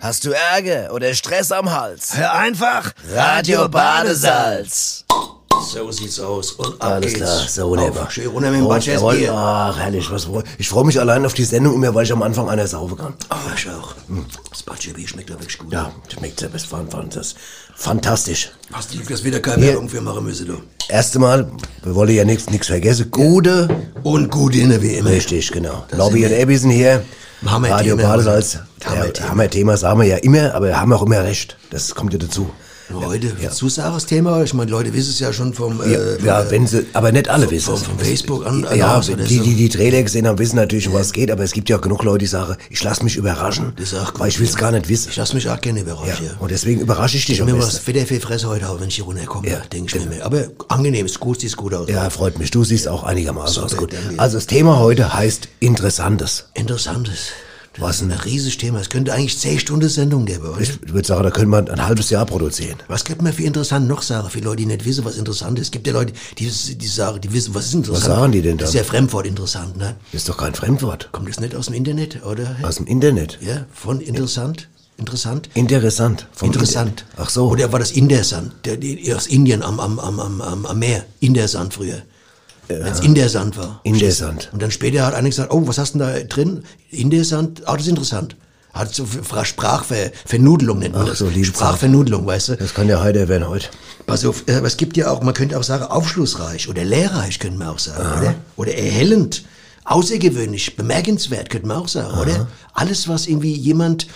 Hast du Ärger oder Stress am Hals? Hör einfach Radio Badesalz. So sieht's aus. Und ab Alles geht's. klar, so wunderbar. Schön runter mit dem Badges-Bier. Ach, herrlich. Ich freue mich allein auf die Sendung immer, weil ich am Anfang einer saufen kann. Ach, ich auch. Das Badges-Bier schmeckt ja wirklich gut. Ja, schmeckt sehr best. Das fantastisch. Hast du das wieder keine Werbung für machen müssen, du? Erste Mal, wir wollen ja nichts vergessen. Gute und gute inne wie immer. Richtig, genau. Lobby und Abby sind hier. Radio Badesalz. Hammer-Thema, sagen wir ja immer, aber wir haben auch immer recht. Das kommt ja dazu. Heute, willst du sagen, das Thema? Ich meine, Leute wissen es ja schon vom... wenn sie, aber nicht alle wissen es. Vom Facebook an. Ja, die Trailer gesehen haben, wissen natürlich, um was es geht, aber es gibt ja auch genug Leute, die sagen, ich lasse mich überraschen, das ist auch gut, weil ich will es gar nicht wissen. Ich lasse mich auch gerne überraschen. Ja, und deswegen überrasche ich dich auch. Ich mir was wieder viel Fresse heute habe, wenn ich hier runterkomme, denke ich mir. Aber angenehm, ist gut, sieht gut aus. Ja, freut mich. Du siehst auch einigermaßen aus gut. Also das Thema heute heißt Interessantes. Interessantes. Was ein riesiges Thema. Es könnte eigentlich 10 Stunden Sendung geben, oder? Ich würde sagen, da können wir ein halbes Jahr produzieren. Was könnte man für interessant noch sagen? Für Leute, die nicht wissen, was interessant ist. Es gibt ja Leute, die sagen, die wissen, was ist interessant. Was sagen die denn da? Das ist ja Fremdwort interessant, ne? Das ist doch kein Fremdwort. Kommt das nicht aus dem Internet, oder? Aus dem Internet? Ja, von interessant. Interessant? Interessant. Interessant. Ach so. Oder war das Indersand? Aus Indien am Meer. Indersand früher. Wenn es Indersand war. Indersand. Und dann später hat einer gesagt, oh, was hast du denn da drin? Indersand? Ah, das ist interessant. Hat so Sprachvernudelung nennt man das. So, Sprachvernudelung, weißt du? Das kann ja heiter werden heute. Pass auf, es gibt ja auch, man könnte auch sagen, aufschlussreich oder lehrreich, könnte man auch sagen, oder? Oder erhellend, außergewöhnlich, bemerkenswert, könnte man auch sagen, oder? Alles, was irgendwie jemand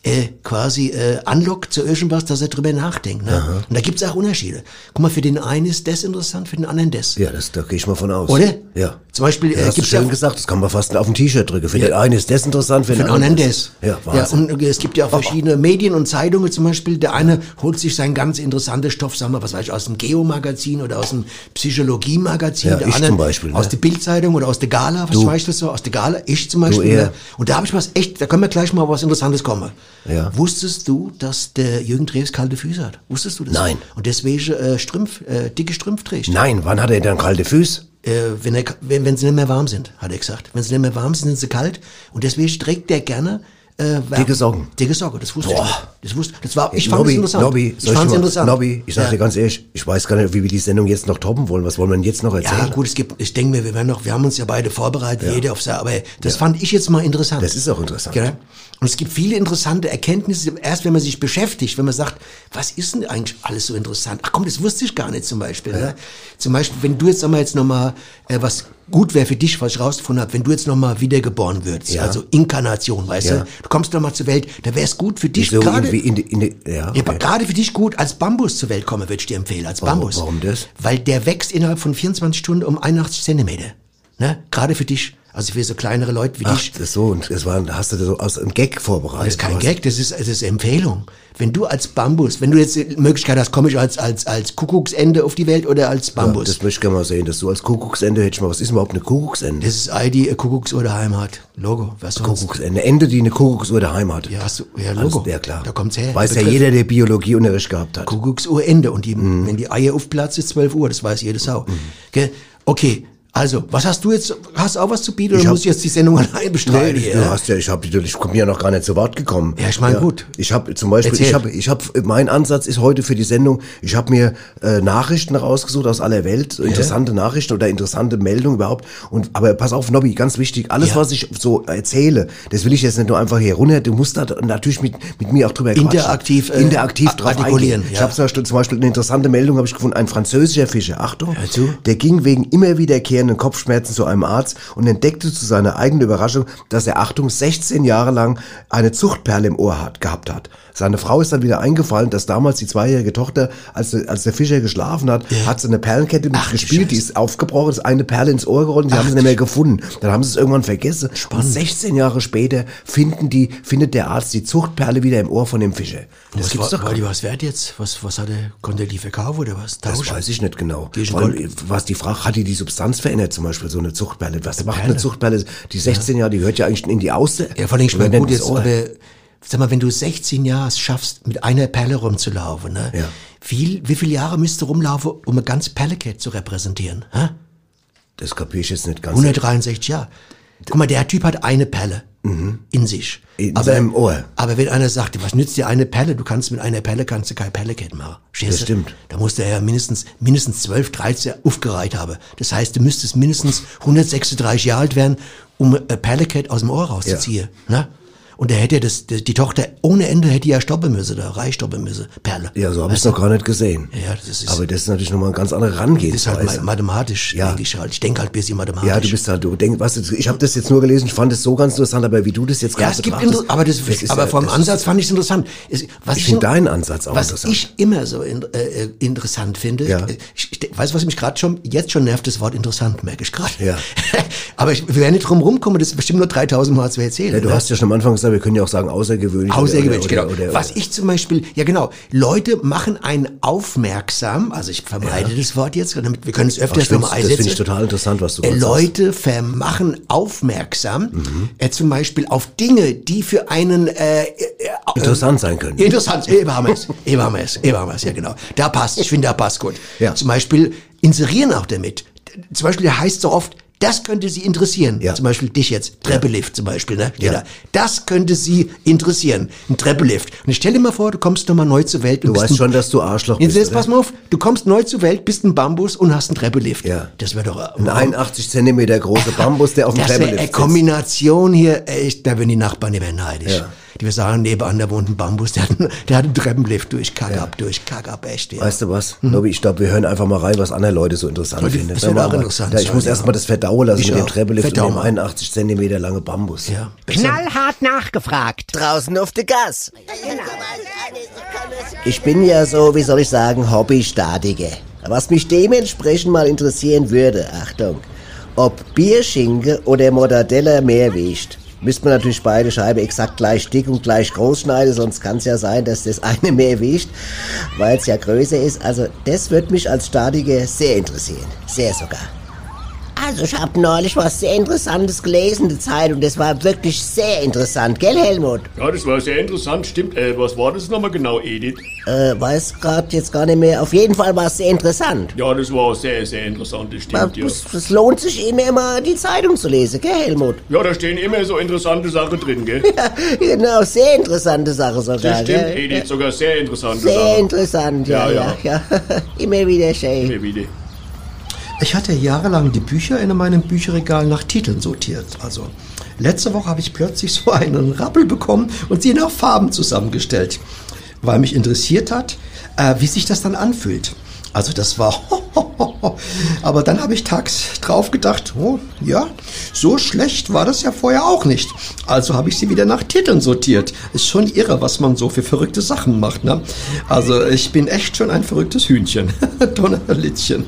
quasi anlockt zu irgendwas, dass er drüber nachdenkt. Ne? Und da gibt's auch Unterschiede. Guck mal, für den einen ist das interessant, für den anderen das. Ja, da gehe ich mal von aus. Oder? Ja. Zum Beispiel hast du schön gesagt, das kann man fast auf ein T-Shirt drücken. Für den einen ist das interessant, für den anderen das. Ja, Wahnsinn. Ja, und es gibt ja auch verschiedene Medien und Zeitungen zum Beispiel. Der eine holt sich sein ganz interessanter Stoff, sagen wir, was weiß ich, aus dem Geo-Magazin oder aus dem Psychologie-Magazin. Ja, der ich andere zum Beispiel. aus der Bild-Zeitung oder aus der Gala, was weiß ich so, aus der Gala, ich zum Beispiel. Ne? Und da habe ich was echt, da können wir gleich mal was Interessantes kommen. Ja. Wusstest du, dass der Jürgen Drews kalte Füße hat? Wusstest du das? Nein. Und deswegen dicke Strümpfe trägt. Nein, wann hat er dann kalte Füße? Wenn sie nicht mehr warm sind, hat er gesagt. Wenn sie nicht mehr warm sind, sind sie kalt. Und deswegen trägt der gerne dicke Socken. Dicke Socken, das wusste ich. Ich fand Nobby, es interessant. Nobby, ich sag dir ganz ehrlich, ich weiß gar nicht, wie wir die Sendung jetzt noch toppen wollen. Was wollen wir denn jetzt noch erzählen? Ja gut, ich denke mir, wir haben uns ja beide vorbereitet, jeder auf sein, aber das fand ich jetzt mal interessant. Das ist auch interessant. Ja? Und es gibt viele interessante Erkenntnisse, erst wenn man sich beschäftigt, wenn man sagt, was ist denn eigentlich alles so interessant? Ach komm, das wusste ich gar nicht zum Beispiel. Ne? Zum Beispiel, wenn du jetzt nochmal was gut wäre für dich, was ich rausgefunden habe, wenn du jetzt nochmal wiedergeboren würdest, also Inkarnation, weißt du, du kommst nochmal zur Welt, da wäre es gut für dich, so gerade gerade für dich gut, als Bambus zur Welt kommen, würde ich dir empfehlen, als Bambus. Warum das? Weil der wächst innerhalb von 24 Stunden um 81 Zentimeter. Ne? Gerade für dich. Also für so kleinere Leute wie dich. Das ist so, und hast du das so aus einem Gag vorbereitet? Das ist kein Gag, das ist Empfehlung. Wenn du als Bambus, wenn du jetzt die Möglichkeit hast, komme ich als Kuckucksende auf die Welt oder als Bambus? Ja, das möchte ich gerne mal sehen, dass du als Kuckucksende hättest mal, was ist überhaupt eine Kuckucksende? Das ist die Kuckucksuhr daheim hat. Logo, was sonst? Kuckucksende, Ende, die eine Kuckucksuhr daheim hat. Ja, Logo. Also, ja, klar. Da kommt's her. Weiß ja jeder, der Biologieunterricht gehabt hat. Kuckucksuhr Ende. Und wenn die Eier aufplatzen, ist 12 Uhr, das weiß jede Sau. Okay. Also, was hast du jetzt? Hast du auch was zu bieten oder muss ich jetzt die Sendung allein bestreiten? Nee, ich bin ja noch gar nicht zu Wort gekommen. Ja, ich meine, gut. Ich habe zum Beispiel, mein Ansatz ist heute für die Sendung, ich habe mir Nachrichten rausgesucht aus aller Welt, interessante Nachrichten oder interessante Meldungen überhaupt. Aber pass auf, Nobby, ganz wichtig, alles, was ich so erzähle, das will ich jetzt nicht nur einfach hier runter, du musst da natürlich mit mir auch drüber interaktiv drauf artikulieren. Ich habe zum Beispiel eine interessante Meldung habe ich gefunden, ein französischer Fischer, Achtung, der ging wegen immer wiederkehrenden Kopfschmerzen zu einem Arzt und entdeckte zu seiner eigenen Überraschung, dass er, Achtung, 16 Jahre lang eine Zuchtperle im Ohr gehabt hat. Seine Frau ist dann wieder eingefallen, dass damals die 2-jährige Tochter, als der Fischer geschlafen hat, hat sie eine Perlenkette mitgespielt, die ist aufgebrochen, ist eine Perle ins Ohr gerollt und sie haben sie nicht mehr gefunden. Dann haben sie es irgendwann vergessen. Spannend. Und 16 Jahre später findet der Arzt die Zuchtperle wieder im Ohr von dem Fischer. Das gibt's doch gar nicht. Was wert jetzt? Konnte er die verkaufen oder was? Das weiß ich nicht genau. Was die Frage, hat die Substanz verändert, zum Beispiel so eine Zuchtperle? Was macht eine Zuchtperle? Die 16 Jahre, die hört ja eigentlich in die Auster. Ja, vor allem, ich meine, gut jetzt, aber sag mal, wenn du 16 Jahre schaffst, mit einer Perle rumzulaufen, ne? Ja. Wie viele Jahre müsst du rumlaufen, um eine ganze Perlekette zu repräsentieren? Hä? Das kapiere ich jetzt nicht ganz. 163 Jahre. Guck mal, der Typ hat eine Perle. in sich. In seinem Ohr. Aber wenn einer sagt, was nützt dir eine Perle? Du kannst mit einer Perle keine Perlekette machen. Das stimmt. Da musst du ja mindestens 12, 13 aufgereiht haben. Das heißt, du müsstest mindestens 136 Jahre alt werden, um Perlekette aus dem Ohr rauszuziehen. Ja. Ne? Und da hätte die Tochter ohne Ende hätte ja stoppen müssen, reich stoppen müssen, Perle. Ja, so habe ich es noch gar nicht gesehen. Ja, das ist. Aber das ist natürlich nochmal eine ganz andere Herangehensweise. Das ist halt mathematisch, denke ich halt. Ich denke halt ein bisschen mathematisch. Ja, du denkst, ich habe das jetzt nur gelesen, ich fand es so ganz interessant, aber wie du das jetzt gerade betrachtest. Aber vom Ansatz fand ich es interessant. Ich finde deinen Ansatz auch interessant. Was ich immer so interessant finde, weißt du, was mich jetzt schon nervt, das Wort interessant, merke ich gerade. Ja. Aber wir werden nicht drum rumkommen, das ist bestimmt nur 3000 Mal zu erzählen. Ja, du hast ja schon am Anfang gesagt, wir können ja auch sagen außergewöhnlich. Außergewöhnlich, genau. Was ich zum Beispiel, Leute machen einen aufmerksam, also ich vermeide das Wort jetzt, damit wir können es öfters nochmal einsetzen. Das finde ich total interessant, was du sagst. Leute machen aufmerksam, zum Beispiel auf Dinge, die für einen interessant sein können. Interessant, eben haben wir es, ja genau. Da passt, ich finde, da passt gut. Ja. Zum Beispiel inserieren auch damit. Zum Beispiel heißt so oft, das könnte Sie interessieren. Ja. Zum Beispiel dich jetzt. Treppelift zum Beispiel, ne? Ja. Das könnte Sie interessieren. Ein Treppelift. Und ich stell dir mal vor, du kommst nochmal neu zur Welt. Du weißt schon, dass du Arschloch bist. Jetzt pass mal auf, du kommst neu zur Welt, bist ein Bambus und hast einen Treppelift. Ja. Das wäre doch... Ein 81 Zentimeter großer Bambus, der auf dem Treppelift sitzt. Das wäre eine Kombination hier, echt, da würden die Nachbarn nicht mehr neidisch. Ja. Die wir sagen, nebenan, da wohnt ein Bambus, der hat einen Treppenlift durch Kack ab, echt. Ja. Weißt du was, Nobby, ich glaube, wir hören einfach mal rein, was andere Leute so interessant finden. Das wird auch interessant. Ich muss erstmal das verdauen lassen mit dem Treppenlift und dem 81 Zentimeter lange Bambus. Ja. Knallhart nachgefragt. Draußen auf der Gas. Ich bin ja so, wie soll ich sagen, Hobby-Statiker. Was mich dementsprechend mal interessieren würde, Achtung, ob Bierschinken oder Mortadella mehr wiegt. Müsste man natürlich beide Scheiben exakt gleich dick und gleich groß schneiden, sonst kann es ja sein, dass das eine mehr wiegt, weil es ja größer ist. Also das würde mich als Statiker sehr interessieren. Sehr sogar. Also ich habe neulich was sehr Interessantes gelesen in der Zeitung. Das war wirklich sehr interessant, gell Helmut? Ja, das war sehr interessant, stimmt. Was war das nochmal genau, Edith? Weiß gerade jetzt gar nicht mehr. Auf jeden Fall war es sehr interessant. Ja, das war sehr, sehr interessant, das stimmt, ja. Es lohnt sich immer mal die Zeitung zu lesen, gell Helmut? Ja, da stehen immer so interessante Sachen drin, gell? Ja, genau, sehr interessante Sachen sogar. Das stimmt, gell? Edith, sogar sehr interessante Sachen. Sehr Sachen. Interessant, ja. Immer wieder schön. Immer wieder. Ich hatte jahrelang die Bücher in meinem Bücherregal nach Titeln sortiert. Also letzte Woche habe ich plötzlich so einen Rappel bekommen und sie nach Farben zusammengestellt, weil mich interessiert hat, wie sich das dann anfühlt. Also das war aber dann habe ich tags drauf gedacht, oh ja, so schlecht war das ja vorher auch nicht. Also habe ich sie wieder nach Titeln sortiert. Ist schon irre, was man so für verrückte Sachen macht, ne? Also ich bin echt schon ein verrücktes Hühnchen. Donnerlittchen.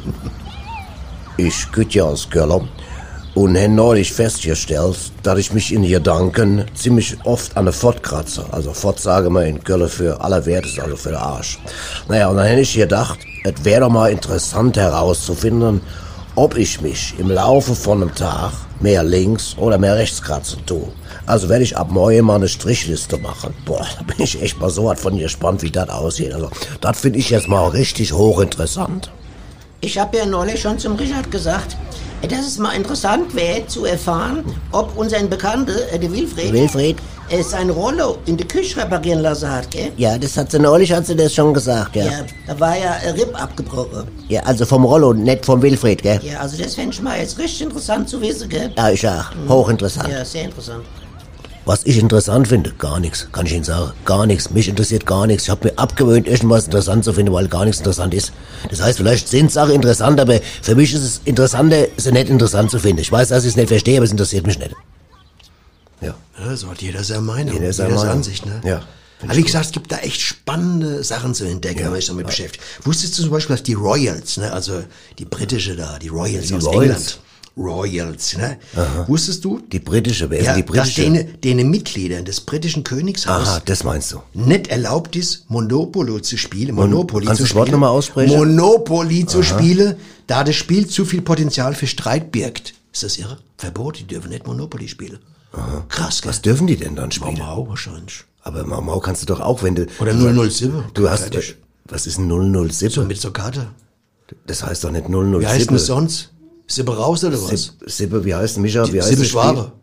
Ich kütt ja aus Köln und habe neulich festgestellt, dass ich mich in Gedanken ziemlich oft an der Fott kratze. Also Fott sagen wir in Köln für allerwertes, also für den Arsch. Naja, und dann hätte ich gedacht, es wäre doch mal interessant herauszufinden, ob ich mich im Laufe von einem Tag mehr links oder mehr rechts kratzen tue. Also werde ich ab morgen mal eine Strichliste machen. Boah, da bin ich echt mal so was von gespannt, wie das aussieht. Also das finde ich jetzt mal richtig hochinteressant. Ich habe ja neulich schon zum Richard gesagt, dass es mal interessant wäre zu erfahren, ob unser Bekannter, der Wilfried, seine Rollo in der Küche reparieren lassen hat, gell? Ja, das hat sie neulich, hat sie das schon gesagt, ja. Ja, da war ja ein Ripp abgebrochen. Ja, also vom Rollo, nicht vom Wilfried, gell? Ja, also das fände ich mal jetzt richtig interessant zu wissen, gell? Ja, ich auch. Hochinteressant. Ja, sehr interessant. Was ich interessant finde, gar nichts, kann ich Ihnen sagen. Gar nichts, mich interessiert gar nichts. Ich habe mir abgewöhnt, irgendwas interessant zu finden, weil gar nichts interessant ist. Das heißt, vielleicht sind Sachen interessant, aber für mich ist es interessanter, sie nicht interessant zu finden. Ich weiß, dass ich es nicht verstehe, aber es interessiert mich nicht. Ja, so hat jeder seine Meinung, jeder seine Ansicht, ne? Ja. Aber wie gesagt, es gibt da echt spannende Sachen zu entdecken, wenn man sich damit beschäftigt. Wusstest du zum Beispiel, dass die Royals, ne, also die britische da, die Royals aus England, Royals, ne? Aha. Wusstest du? Die britische, wer ist die britische? Denen Mitgliedern des britischen Königshauses. Aha, das meinst du. Nicht erlaubt ist, Monopoly zu spielen. Kannst du das Wort nochmal aussprechen? Monopoly zu spielen, da das Spiel zu viel Potenzial für Streit birgt. Ist das irre? Verbot, die dürfen nicht Monopoly spielen. Aha. Krass, gell? Was dürfen die denn dann spielen? Mau wahrscheinlich. Aber Mau kannst du doch auch, wenn du... Oder 007. Du hast... Was ist ein 007? So mit so Karte. Das heißt doch nicht 007. Wie heißt denn das sonst? Sippe raus oder was? Sippe, wie heißt Micha? Wie heißt Sippe Schwabe.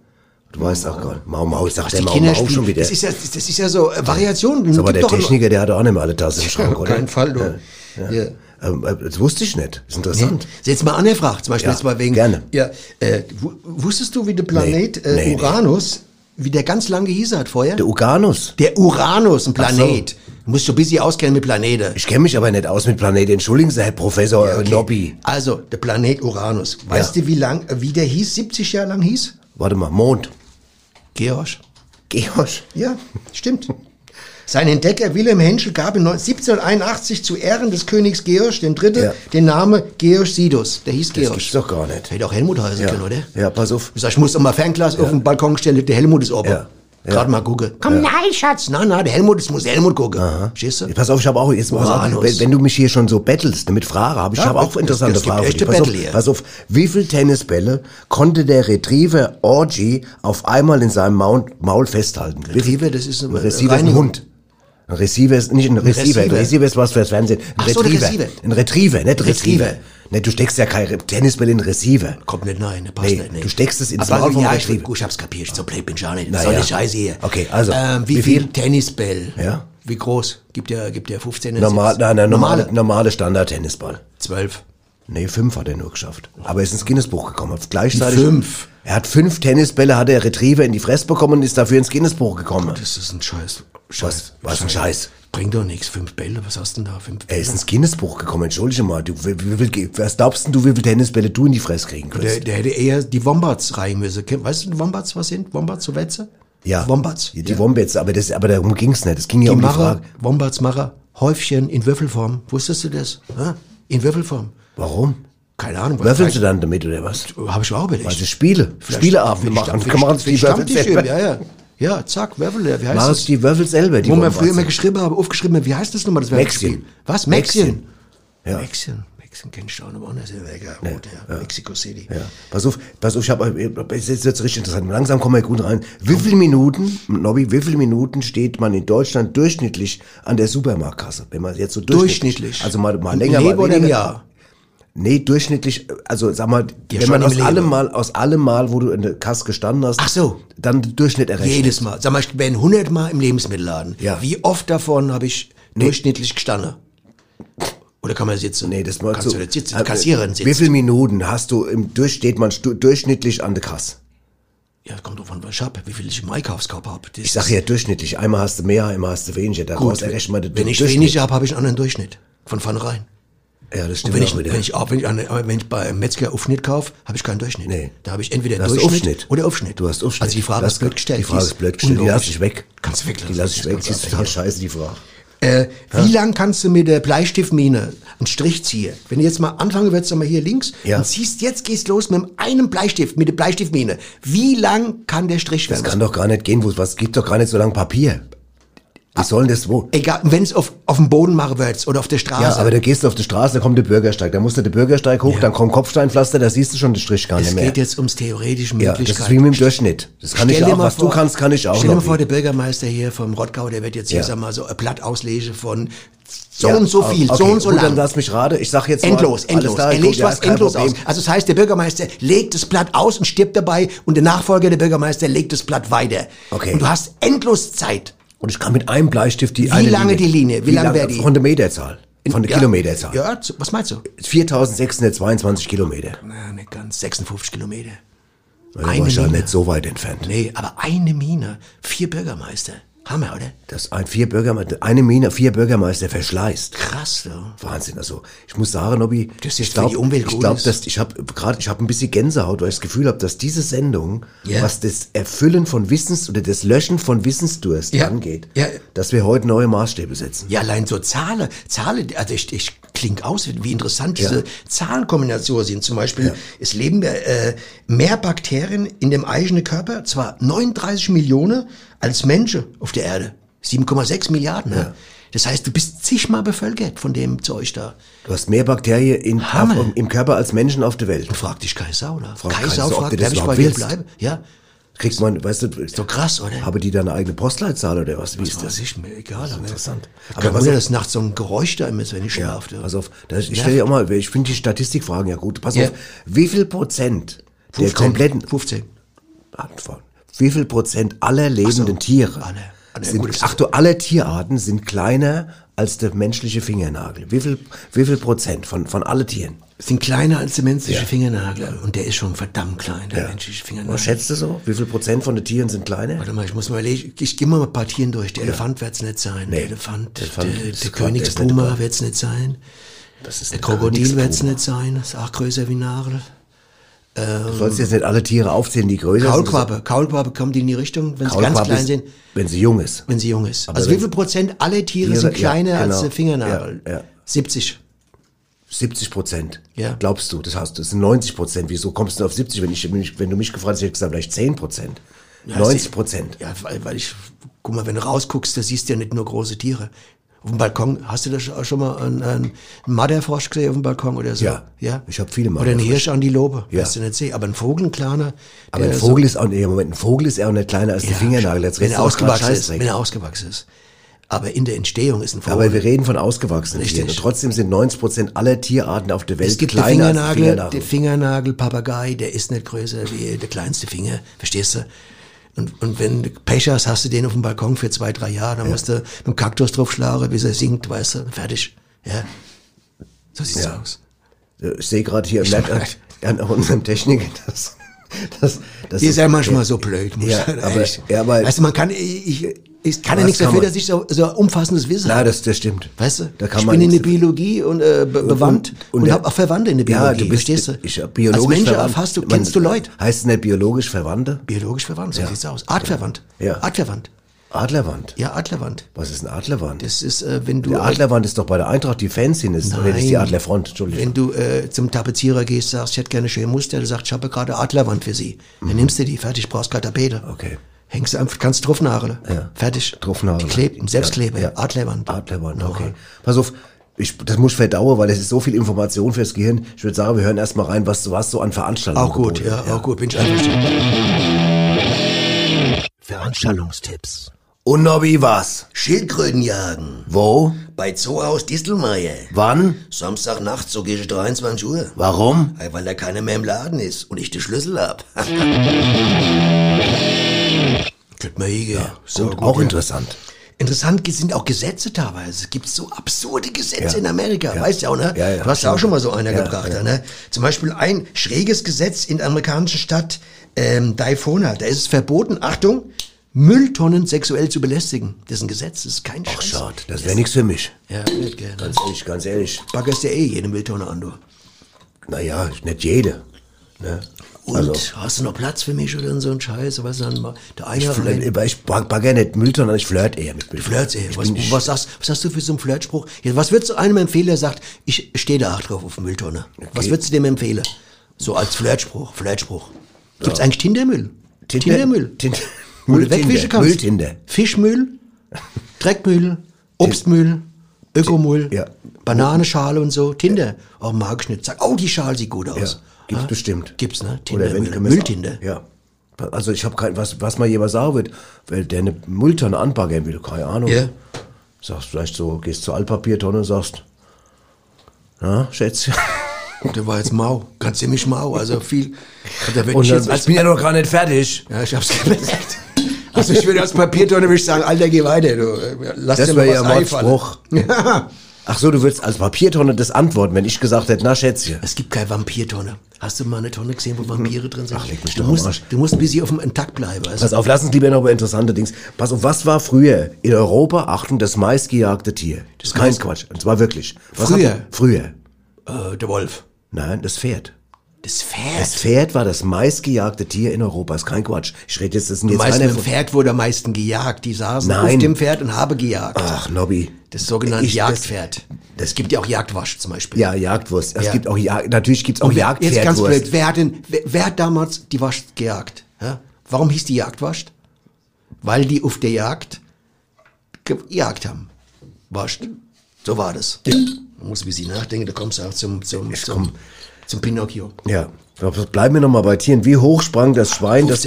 Du weißt auch gar nicht. Mau, sagt Die der Mau Kinder schon spielen, wieder. das ist ja so Variationen. Aber der Techniker, der hat auch nicht mehr alle Tassen im Schrank, Auf oder? keinen Fall, du. Ja. Das wusste ich nicht. Das ist interessant. Jetzt mal angefragt, zum Beispiel Ja, jetzt mal wegen. gerne. Ja, wusstest du, wie der Planet Nee. Uranus, wie der ganz lange hieß hat vorher? Der Uranus. Der Uranus, ein Planet. so. Du musst so ein bisschen auskennen mit Planeten. Ich kenne mich aber nicht aus mit Planeten. Entschuldigen Sie, Herr Professor Nobby. Also, der Planet Uranus. Weißt du, wie der hieß, 70 Jahre lang hieß? Warte mal, Mond. Georg. Georg. Ja, stimmt. Sein Entdecker Wilhelm Henschel gab in 1781 zu Ehren des Königs Georg III. Den Namen Georg Sidus. Der hieß Georg. Das gibt's doch gar nicht. Hätte auch Helmut heißen können, oder? Ja, pass auf. Ich sag, ich muss doch mal Fernglas auf den Balkon stellen, der Helmut ist oben. Ja. Gerade mal gucken. Komm, nein, Schatz. Nein, der Helmut, muss der Helmut gucken. Verstehst du? Pass auf, ich habe auch jetzt mal Uranus. wenn du mich hier schon so bettelst mit Fragen, ich habe auch interessante es gibt Fragen. echte Pass auf, Battle hier. pass auf, wie viel Tennisbälle konnte der Retriever Orgy auf einmal in seinem Maul festhalten? Retriever, das ist ein Receiver, ein Hund. Ein Receiver ist nicht ein Receiver. Ein Receiver ist was fürs Fernsehen. Ein Ach so, Retriever. Receiver. Ein Retriever, nicht Receiver. Receiver. Ne, du steckst ja kein Tennisball in den Receiver. Kommt nicht rein, passt Nee, nicht. Nee. du steckst es ins Aber Maul vom ja, Retriever. ich hab's kapiert, so blöd bin ich auch nicht. Na So eine ja. Scheiße hier. Okay, also, wie viel Tennisball? Ja. Wie groß? Gibt ja 15. Normale Standard-Tennisball. 12. Nee, 5 hat er nur geschafft. Aber er ist ins Guinness-Buch gekommen. Gleichzeitig. 5? Er hat 5 Tennisbälle, hat der Retriever in die Fresse bekommen und ist dafür ins Guinness-Buch gekommen. Das ist ein Scheiß. Was ein Scheiß. Bringt doch nichts. 5 Bälle, was hast du denn da? 5 Bälle? Er ist ins Guinness-Buch gekommen, entschuldige mal. Was glaubst denn du, wie viele Tennisbälle du in die Fresse kriegen kannst? Der hätte eher die Wombats rein müssen. Weißt du, Wombats was sind? Wombats, so Wetze? Ja. Wombats. Die Wombats, aber darum ging's nicht. Es ging ja Die um die Macher, Frage. Wombats-Macher, Häufchen in Würfelform. Wusstest du das? Ja? In Würfelform. Warum? Keine Ahnung. Würfeln sie dann damit oder was? Habe ich auch überlegt. Weil sie Spieleabend machen. Machen sie die Würfel selber. Ja. Ja, zack, Würfel, wie heißt Machen das? sie die Würfel selber, die Wo wir Wombats. früher immer aufgeschrieben haben, wie heißt das nochmal? Das Mäxchen. Was? Mäxchen? Ja. Mäxchen kennst du auch noch anders. Ja. Mexico City. Ja. Pass auf, jetzt wird's richtig interessant. Langsam kommen wir gut rein. Wie viele Minuten steht man in Deutschland durchschnittlich an der Supermarktkasse? Wenn man jetzt so durchschnittlich. Also mal länger, Leben mal oder weniger. im Jahr? Nee, durchschnittlich, also sag mal, Ja, wenn schon man im aus allem Mal, wo du in der Kasse gestanden hast, Ach so. dann den Durchschnitt errechnet. Jedes Mal. Sag mal, ich bin 100 Mal im Lebensmittelladen. Ja. Wie oft davon habe ich durchschnittlich gestanden? Oder kann man sitzen? Nee, das mal Kannst so. du nicht sitzen? Kassiererin sitzen. Wie viele Minuten hast du steht man durchschnittlich an der Kasse? Ja, kommt drauf an, was ich habe, wie viel ich im Einkaufskorb habe. Ich sag ja durchschnittlich. Einmal hast du mehr, einmal hast du weniger. Daraus errechnet man den wenn ich Durchschnitt. weniger habe, habe ich einen anderen Durchschnitt. Von vornherein. Ja, das Und stimmt wenn auch wieder. wenn ich bei einem Metzger Aufschnitt kaufe, habe ich keinen Durchschnitt. Nee. Da habe ich entweder Du hast Durchschnitt Aufschnitt. oder Aufschnitt. Du hast Aufschnitt. Also die Frage ist blöd gestellt. Die Frage ist blöd gestellt. Die lasse ich weg. Kannst du weglassen. Die lasse ich weg. Die ist total scheiße, die Frage. Wie lang kannst du mit der Bleistiftmine einen Strich ziehen? Wenn du jetzt mal anfangen würdest, mal hier links, Ja. und gehst los mit einem Bleistift, mit der Bleistiftmine. Wie lang kann der Strich werden? Das kann doch gar nicht gehen. Was gibt doch gar nicht so lang Papier. Wie sollen das wo? Egal, wenn es auf dem Boden machen würdest oder auf der Straße. Ja, aber da gehst du auf die Straße, da kommt der Bürgersteig. Da musst du den Bürgersteig hoch, dann kommt Kopfsteinpflaster, da siehst du schon den Strich gar es nicht mehr. geht jetzt ums theoretische Ja, Möglichkeiten. das ist wie mit dem Durchschnitt. Das kann ich Stell dir auch. mal Was du vor- kannst, kann ich auch Stell dir mal noch. vor, der Bürgermeister hier vom Rottgau, der wird jetzt hier, Ja. sag mal, so ein Blatt auslesen von so Ja, und so viel, okay, so und so gut, lang. Dann lass mich raten. Ich sag jetzt Endlos, mal, alles endlos. klar, Er gut, legt ja, was kein endlos Problem. aus. Also das heißt, der Bürgermeister legt das Blatt aus und stirbt dabei und der Nachfolger der Bürgermeister legt das Blatt weiter. Okay. Und du hast endlos Zeit. Und ich kann mit einem Bleistift Wie lange die Linie? Wie lang wäre die? Von der Meterzahl. Von der Ja. Kilometerzahl. Ja, was meinst du? 4.622 Kilometer. Na, nicht ganz, 56 Kilometer. Da war ich ja Mine. nicht so weit entfernt. Nee, aber eine Mine, 4 Bürgermeister. Hammer, oder? Das eine Mine, 4 Bürgermeister verschleißt. Krass, du. Wahnsinn, also ich muss sagen, Nobby, Das ist ich für die Umwelt ich gut glaube, ist. dass ich habe ein bisschen Gänsehaut, weil ich das Gefühl habe, dass diese Sendung, Ja. was das Erfüllen von Wissens oder das Löschen von Wissensdurst Ja. angeht, Ja. dass wir heute neue Maßstäbe setzen. Ja, allein so Zahlen, also ich klingt aus, wie interessant diese Zahlenkombinationen sind. Zum Beispiel, es leben mehr Bakterien in dem eigenen Körper, zwar 39 Millionen als Menschen auf der Erde. 7,6 Milliarden. Ne? Das heißt, du bist zigmal bevölkert von dem Zeug da. Du hast mehr Bakterien Hammer. im Körper als Menschen auf der Welt. Und frag dich Kai Sau, oder? Frag Kai Kai Sau Sau, ob fragt, du das darf ich bei überhaupt dir willst? bleiben? Ja. Kriegt man, weißt du, Ist doch krass, oder? haben die da eine eigene Postleitzahl oder was? Wie ist Das das? ist mir egal. Das ist interessant. Aber Aber pass pass auf, auf, dass nachts so ein Geräusch da immer ist, wenn ich schlafe. pass auf, ich stelle dir auch mal, ich finde die Statistikfragen ja gut. Pass Ja. auf, wie viel Prozent der 15. kompletten 15. wie viel Prozent aller lebenden Tiere aller Tierarten sind kleiner als der menschliche Fingernagel? Wie viel Prozent von allen Tieren? Sind kleiner als der menschliche Fingernagel. Und der ist schon verdammt klein, der menschliche Fingernagel. Was schätzt du so? Wie viel Prozent von den Tieren sind kleiner? Warte mal, ich muss mal überlegen. Ich gehe mal ein paar Tieren durch. Der Elefant wird es nicht sein. Nee. Der Elefant der Königspuma wird es nicht sein. Der Krokodil wird es nicht sein. Das ist auch größer wie Nagel. Du sollst jetzt nicht alle Tiere aufzählen, die größer sind. Kaulquappe kommt in die Richtung, wenn sie ganz klein sind. Wenn sie jung ist. Wenn sie jung ist. Also wie viel Prozent aller Tiere sind kleiner als der Fingernagel? Ja. 70%. 70%. Ja. Glaubst du? Das sind 90%. Wieso kommst du auf 70? Wenn du mich gefragt hast, hätte ich gesagt, vielleicht 10%. Ja, 90%. Ja, weil guck mal, wenn du rausguckst, da siehst du ja nicht nur große Tiere. Auf dem Balkon, hast du da schon mal einen Marderfrosch gesehen auf dem Balkon oder so? Ja. Ich habe viele Marderfrosche. Oder eine Hirschantilope, ja. wirst du nicht sehen. Aber ein Vogel, ein kleiner. Aber ein Vogel ist auch, ein Vogel ist auch nicht kleiner als der Fingernagel. Jetzt wenn er ausgewachsen ist. Aber in der Entstehung ist ein Vogel. Aber wir reden von ausgewachsenen Tieren. Und trotzdem sind 90% aller Tierarten auf der Welt kleiner als der Fingernagel. Der Fingernagel, Papagei, der ist nicht größer wie der kleinste Finger. Verstehst du? Und wenn du Pech hast, hast du den auf dem Balkon für 2-3 Jahre, dann musst du mit dem Kaktus draufschlagen, bis er sinkt, weißt du, fertig. Ja. So sieht's aus. Ich sehe gerade hier an unserem Techniker, das ist ja manchmal so blöd. Aber weißt du, man kann, ich kann ja nichts dafür, dass ich so umfassendes Wissen habe. Ja, das stimmt. Weißt du, ich bin in der Biologie und bewandt und habe auch Verwandte in der Biologie, verstehst du? Ich hab biologisch Als Mensch kennst du Leute. Heißt es nicht biologisch Verwandte? Biologisch verwandt, so sieht's aus. Artverwandt. Ja. Artverwandt. Adlerwand? Ja, Adlerwand. Was ist ein Adlerwand? Das ist, wenn du... Die Adlerwand ist doch bei der Eintracht die Fanszene, oder das ist die Adlerfront, Entschuldigung. Wenn du zum Tapezierer gehst, sagst, ich hätte gerne schöne Muster, der sagt, ich habe gerade Adlerwand für Sie. Dann nimmst du die, fertig, brauchst keine Tapete. Okay. Hängst du einfach, kannst draufnageln. Ja. Fertig. Draufnageln. Klebt, im Selbstkleber. Ja. Adlerwand. Adlerwand, okay. Pass auf, das muss verdauen, weil das ist so viel Information fürs Gehirn. Ich würde sagen, wir hören erst mal rein, was du hast so an Veranstaltungen. Auch gut, auch gut, bin ich einverstanden. Veranstaltungstipps. Und noch wie was? Schildkröten jagen. Wo? Bei Zoohaus Distelmeier. Wann? Samstagnacht, so gegen 23 Uhr. Warum? Weil da keiner mehr im Laden ist und ich den Schlüssel hab. Könnte man hingehen. Ja, so gut, auch interessant. Interessant sind auch Gesetze teilweise. Es gibt so absurde Gesetze in Amerika. Ja. Weißt du auch, ne? Ja, du hast ja auch schon mal so einer gebracht. Ja. Ne? Zum Beispiel ein schräges Gesetz in der amerikanischen Stadt Daytona. Da ist es verboten, Achtung, Mülltonnen sexuell zu belästigen. Das ist ein Gesetz, das ist kein Scheiß. Ach, schade, das wäre nichts für mich. Ja, nicht gerne. Ganz ehrlich. Baggerst ja jede Mülltonne an, du. Naja, nicht jede. Ne? Und also, hast du noch Platz für mich oder so ein Scheiß? Was dann der eine ich bagger nicht Mülltonnen, ich flirt eher mit Mülltonnen. Du flirtst eher. Was hast du für so einen Flirtspruch? Ja, was würdest du einem empfehlen, der sagt, ich stehe da auch drauf auf Mülltonne? Okay. Was würdest du dem empfehlen? So als Flirtspruch. Gibt's eigentlich Tindermüll? Tindermüll. Oder wegwischen kannst. Mülltinder. Fischmüll, Dreckmüll, Obstmüll, Ökomüll, Bananenschale und so. Tinder. Oh, mag ich nicht. Sag, oh, die Schale sieht gut aus. Ja, gibt's bestimmt. Gibt's, ne? Tindermüll. Mülltinder. Ja. Also ich habe kein, was mal jemand sagen wird, weil der eine Mülltonne anbaggern will, keine Ahnung. Ja. Sagst vielleicht so, gehst zur Altpapiertonne und sagst, na, Schätzchen. Der war jetzt mau, ganz ziemlich mau, also viel. Und ich bin ja noch gar nicht fertig. Ja, ich hab's gemerkt. Also ich würde als Papiertonne würde ich sagen, Alter, geh weiter, du. Lass das dir mal ja was einfallen. Spruch. Ach so, du würdest als Papiertonne das antworten, wenn ich gesagt hätte, na Schätzchen. Es gibt keine Vampirtonne. Hast du mal eine Tonne gesehen, wo Vampire drin sind? Ach, leg mich doch am Arsch. Du musst ein bisschen auf dem Intakt bleiben. Also. Pass auf, lass uns lieber noch über interessante Dings. Pass auf, was war früher in Europa, Achtung, das meistgejagte Tier? Das ist kein Quatsch, und zwar wirklich. Früher. Der Wolf. Nein, das Pferd. Das Pferd? Das Pferd war das meistgejagte Tier in Europa. Ist kein Quatsch. Ich rede jetzt, das sind jetzt keine... Mit dem Pferd wurde am meisten gejagt. Die saßen auf dem Pferd und haben gejagt. Ach, Nobby. Das sogenannte Jagdpferd. Es gibt ja auch Jagdwasch zum Beispiel. Ja, Jagdwurst. Es gibt auch natürlich gibt's auch Jagdpferdwurst. Jetzt ganz blöd. Wer hat damals die Wasch gejagt? Ja? Warum hieß die Jagdwasch? Weil die auf der Jagd gejagt haben. Wascht. So war das. Ja. Man muss ein bisschen nachdenken, da kommst du auch zum Pinocchio. Ja, bleiben wir nochmal bei Tieren. Wie hoch sprang das Schwein, das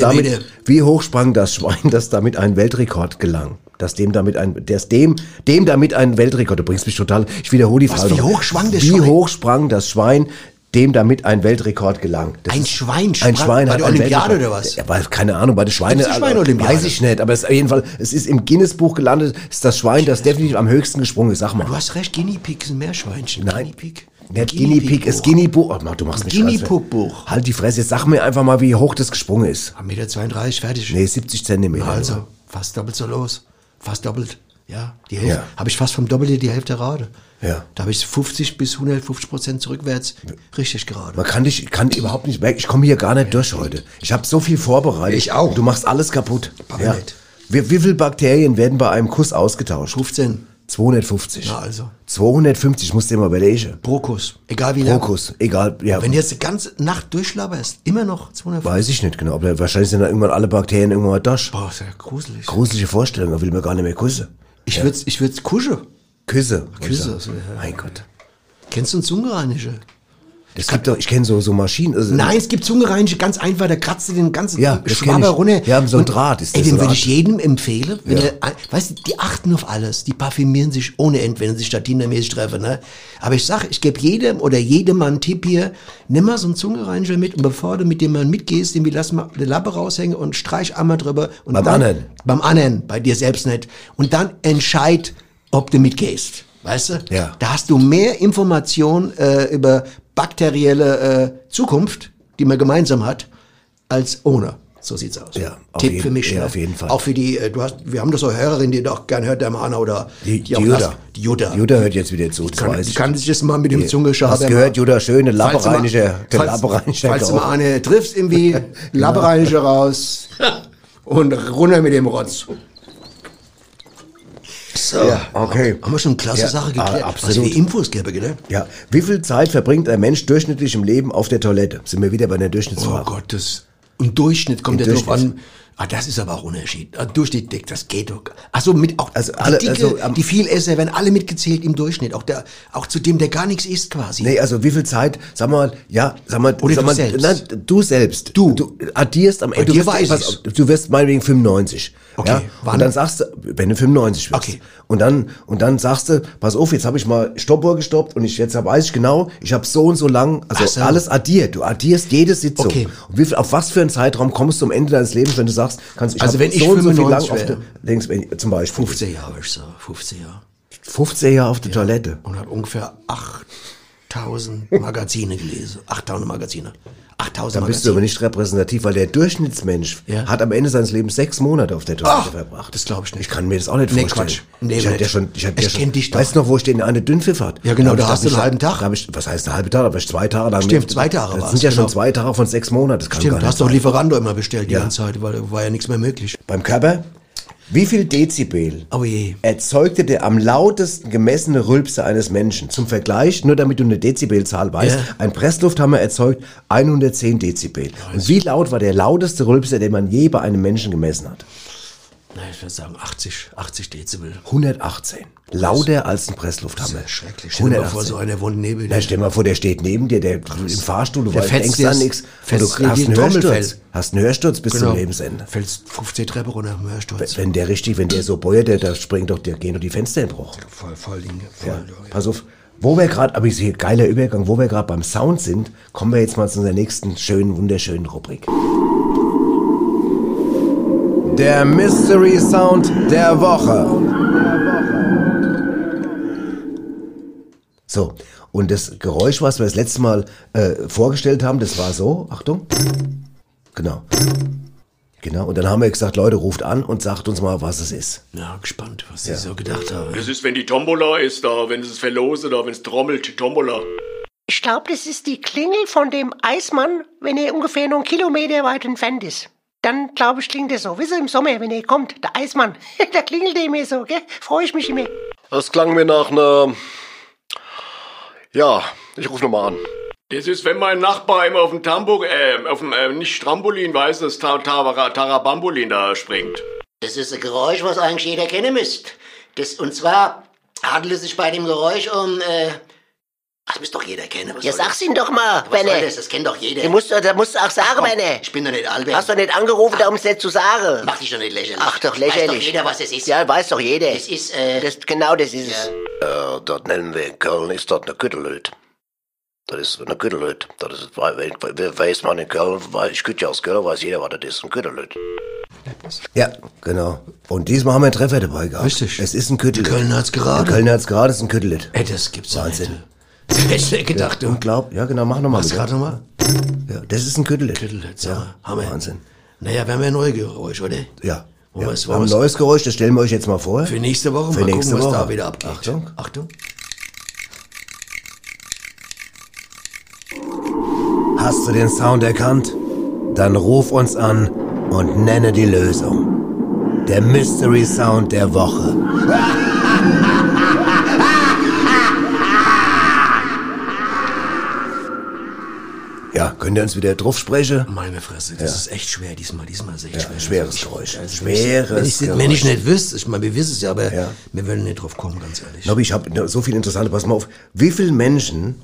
damit einen Weltrekord gelang? Dem damit ein Weltrekord, du bringst mich total, ich wiederhole die Frage. Wie hoch sprang das Schwein? Wie hoch sprang das Schwein, dem damit ein Weltrekord gelang. Ein Schwein Ein Schwein bei hat der einen Olympiade Weltrekord. oder was? Ja, keine Ahnung, bei der Schweine. Gibt's die Schweineolympiade? Weiß ich nicht, aber es ist auf jeden Fall, es ist im Guinness-Buch gelandet, ist das Schwein, das definitiv am höchsten gesprungen ist. Sag mal. Du hast recht, Guinea Pig sind Meerschweinchen. Nein. Guinea Pig. Nicht Guinea Pig, es Guinea Buch. Oh, du machst mich Guinea scheiße. Pig Buch. Halt die Fresse, sag mir einfach mal, wie hoch das gesprungen ist. 1,32 Meter, fertig. Nee, 70 Zentimeter. Also, fast doppelt so los. Fast doppelt. Ja, die Hälfte. Ja. Habe ich fast vom Doppelten die Hälfte gerade. Ja. Da habe ich 50 bis 150% zurückwärts richtig gerade. Man kann überhaupt nicht weg. Ich komme hier gar nicht durch heute. Ich habe so viel vorbereitet. Ich auch. Du machst alles kaputt. Ja. Wie viele Bakterien werden bei einem Kuss ausgetauscht? 15. 250. Na also. 250, musst du dir mal überlegen. Pro Kuss. Egal wie Pro lange. Kuss, egal. Ja. Wenn du jetzt die ganze Nacht durchlabberst, immer noch 250. Weiß ich nicht genau. Aber wahrscheinlich sind da irgendwann alle Bakterien irgendwann mal durch. Boah, ist ja gruselig. Gruselige Vorstellung, da will man gar nicht mehr kussen. Ich würd's kuschen. Küsse. Küsse. Mein Gott. Kennst du einen Zungenreiniger? Ich kenne so Maschinen. Also Nein, es gibt Zungenreiniger, ganz einfach, der kratzt dir den ganzen Ja, das kenn Schwabber ich. runter. Ja, so ein Und, Draht ist ey, das, den so würde eine ich jedem empfehlen. Wenn Ja. weißt du, die achten auf alles. Die parfümieren sich ohne Ende, wenn sie sich statinermäßig treffen. Ne? Aber ich sag, ich gebe jedem oder jedem mal einen Tipp hier, nimm mal so einen Zungenreiniger mit und bevor du mit dem Mann mitgehst, irgendwie lass mal die Lappe raushängen und streich einmal drüber. Und Beim anderen? Beim anderen, bei dir selbst nicht. Und dann entscheid, ob du mitgehst. Weißt du? Ja. Da hast du mehr Information über bakterielle Zukunft, die man gemeinsam hat, als ohne. So sieht's aus. Ja, auf Tipp jeden- für mich. ja, Ne? auf jeden Fall. Auch für die, wir haben doch so eine Hörerin, die doch gern hört, der Mana oder Die auch Jutta. das- Die Jutta. Jutta hört jetzt wieder zu, das weiß Die ich. kann sich jetzt mal mit dem Zungeschaber. Hast gehört, Jutta, schöne Falls du mal- Labbereiniger. Falls du mal eine triffst, irgendwie, Labbereiniger raus und runter mit dem Rotz. So, Ja, okay. Haben wir schon eine klasse Ja, Sache geklärt. absolut. Was wir Infos gäbe, gell? Ja. Wie viel Zeit verbringt ein Mensch durchschnittlich im Leben auf der Toilette? Sind wir wieder bei der Oh Durchschnittsfrage. Gott, im Durchschnitt kommt Im der drauf Durchschnitt. an. Ah, das ist aber auch Unterschied. Durchschnitt dick, das geht doch. Achso, mit auch Also alle- die Dicke, also, die Vielesser werden alle mitgezählt im Durchschnitt. Auch zu dem, der gar nichts isst quasi. Nee, also wie viel Zeit, sag mal, Oder du selbst. Nein, du selbst. Du addierst am Ende, dir du wirst, weiß pass ich's. auf, du wirst meinetwegen 95. Okay, Ja? wann? Und dann sagst du, wenn du 95 wirst. Okay. Und dann sagst du, pass auf, jetzt habe ich mal Stoppuhr gestoppt und jetzt weiß ich genau, ich habe so und so lang, also Ach so. alles addiert. Du addierst jede Sitzung. Okay. Und auf was für einen Zeitraum kommst du am Ende deines Lebens, wenn du sagst, ich Also hab wenn ich so und so viel 95 lang auf der, wäre. denkst, zum Beispiel 15 Jahre, würde ich sagen. 15 Jahre. 15 Jahre auf der Toilette. Und hat ungefähr 8000 Magazine gelesen. 8000 Magazine. 8000 Dann bist du aber nicht repräsentativ, weil der Durchschnittsmensch Ja. hat am Ende seines Lebens 6 Monate auf der Toilette verbracht. das glaub ich nicht. Ich kann mir das auch nicht Nee, vorstellen. Quatsch. Nee, ich hab nicht. ja schon, Ich kenn dich doch. Weißt du noch, wo ich den eine Dünnpfiff hat? Ja, genau, hab da ich- hast du einen halben Tag. Da hab ich, was heißt einen halben Tag? Da war ich 2 Tage lang. Stimmt, 2 Tage Das war's, sind ja schon genau. 2 Tage von 6 Monaten. Das kann Stimmt, gar du nicht hast doch sein. Lieferando immer bestellt die Ja. ganze Zeit, weil war ja nichts mehr möglich. Beim Körper, wie viel Dezibel Oh je. erzeugte der am lautesten gemessene Rülpser eines Menschen? Zum Vergleich, nur damit du eine Dezibelzahl weißt, Ja. ein Presslufthammer erzeugt 110 Dezibel. Und wie laut war der lauteste Rülpser, den man je bei einem Menschen gemessen hat? Na, ich würde sagen 80 Dezibel. 118. Lauter als ein Presslufthammer. Das ist schrecklich. Stell dir mal vor, 118. so einer wohnt neben Na, dir. stell dir mal vor, der steht neben dir, der im Fahrstuhl, du Der weißt, fetzt denkst dir an das- nichts. Und fetzt du dir hast wie einen ein Trommelfell. Hörsturz. Hast einen Hörsturz bis zum Lebensende. Fällst 15 Treppe runter im Hörsturz. Wenn der so beuert, da gehen doch die Fenster in Bruch. Voll Dinge. Ja. Pass auf, wo wir gerade, aber ich sehe, geiler Übergang, wo wir gerade beim Sound sind, kommen wir jetzt mal zu unserer nächsten schönen, wunderschönen Rubrik. Der Mystery Sound der Woche. So, und das Geräusch, was wir das letzte Mal vorgestellt haben, das war so, Achtung, genau, und dann haben wir gesagt, Leute, ruft an und sagt uns mal, was es ist. Ja, gespannt, was sie so gedacht haben. Das ist, wenn die Tombola ist da, wenn es verlost oder wenn es trommelt, Tombola. Ich glaube, das ist die Klingel von dem Eismann, wenn er ungefähr nur 1 Kilometer weit entfernt ist. Dann, glaube ich, klingt das so. Wisst ihr, im Sommer, wenn er kommt, der Eismann, da klingelt er immer so, gell? Freue ich mich immer. Das klang mir nach einer... Ja, ich rufe nochmal an. Das ist, wenn mein Nachbar immer auf dem nicht Trampolin, weiß das, Tarabambolin da springt. Das ist ein Geräusch, was eigentlich jeder kennen müsste. Und zwar handelt es sich bei dem Geräusch um, das müsste doch jeder kennen. Ja, sag's ihm doch mal, Was soll Benne. das? Das kennt doch jeder. Da musst du auch sagen, Komm, Benne. ich bin doch nicht Albert. Hast du nicht angerufen, um es nicht zu sagen? Mach dich doch nicht lächerlich. Ach, doch Weiß lächerlich. doch jeder, was es ist. Ja, weiß doch jeder. Es ist, Das ist es. Das nennen wir in Köln, ist das eine Küttelöd. Das ist eine Gütterlüt. Das ist, weiß man in Köln, ich kütte ja aus Köln, weiß jeder, was das ist, ein Gütterlüt. Ja, genau. Und diesmal haben wir einen Treffer dabei gehabt. Richtig. Es ist ein Gütterlüt. Köln hat's gerade. Köln hat's gerade, ist ein Gütterlüt. Ey, das gibt's Wahnsinn. Das hätte ich nicht gedacht, du. Unglaublich. Ja, genau, mach nochmal. Mach's gerade nochmal. Ja, das ist ein Gütterlüt. Ja, Hammer. Wahnsinn. Naja, wir haben ja ein neues Geräusch, oder? Ja. Wir haben ein neues Geräusch, das stellen wir euch jetzt mal vor. Für nächste Woche, Für mal nächste gucken, was Woche. da wieder abgeht. Achtung. Hast du den Sound erkannt? Dann ruf uns an und nenne die Lösung. Der Mystery Sound der Woche. Ja, könnt ihr uns wieder drauf sprechen? Meine Fresse, das ist echt schwer diesmal. Diesmal ist echt schwer. Schweres Geräusch. Wenn ich nicht wüsste, ich meine, wir wissen es ja, aber wir würden nicht drauf kommen, ganz ehrlich. Nobby, ich habe so viel Interessante, pass mal auf. Wie viele Menschen,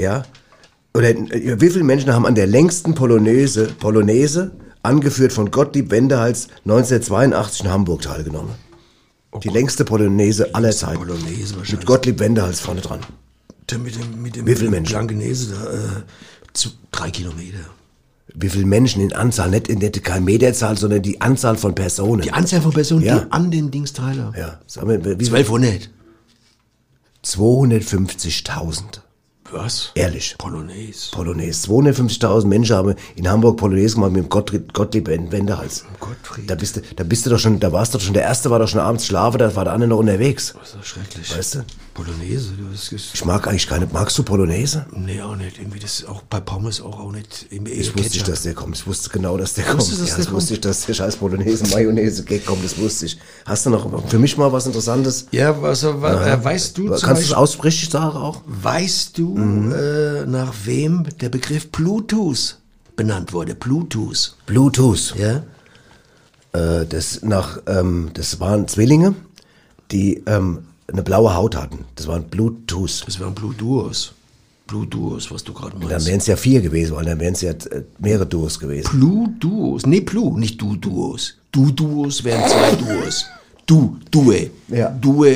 wie viele Menschen haben an der längsten Polonaise, angeführt von Gottlieb Wendehals, 1982 in Hamburg teilgenommen? Die längste Polonaise aller Zeiten. Polonaise wahrscheinlich. Mit Gottlieb Wendehals vorne dran. Wie viele Menschen? Blankenese, 3 Kilometer. Wie viele Menschen in Anzahl, nicht keine Meterzahl, sondern die Anzahl von Personen. Die Anzahl von Personen, die an den Dings teilhaben. Ja. Sag mal, 1200. 250.000. Was? Ehrlich. Polonaise. 250.000 Menschen haben in Hamburg Polonaise gemacht mit dem Gottlieb Wendehals. Gottfried. Da warst du doch schon, der Erste war doch schon abends schlafen, da war der andere noch unterwegs. Das ist doch schrecklich. Weißt du? Polonaise, Ich mag eigentlich keine, magst du Polonaise? Nee, auch nicht. Irgendwie das auch bei Pommes auch nicht. Ich wusste nicht, dass der kommt. Ich wusste genau, dass der kommt. Das wusste ich, dass der scheiß Polonaise Mayonnaise-Gag kommt. Das wusste ich. Hast du noch für mich mal was Interessantes? Ja, weißt du Kannst du es aussprechen sagen auch? Weißt du, nach wem der Begriff Bluetooth benannt wurde? Bluetooth. Ja. Das waren Zwillinge, die eine blaue Haut hatten. Das waren Bluetooth. Das waren Blue Duos. Blue Duos, was du gerade meinst. Dann wären es ja 4 gewesen, weil dann wären es ja mehrere Duos gewesen. Blue Duos. Nee, Blue, nicht Du-Duos. Du-Duos wären 2 Duos. Due. Ja.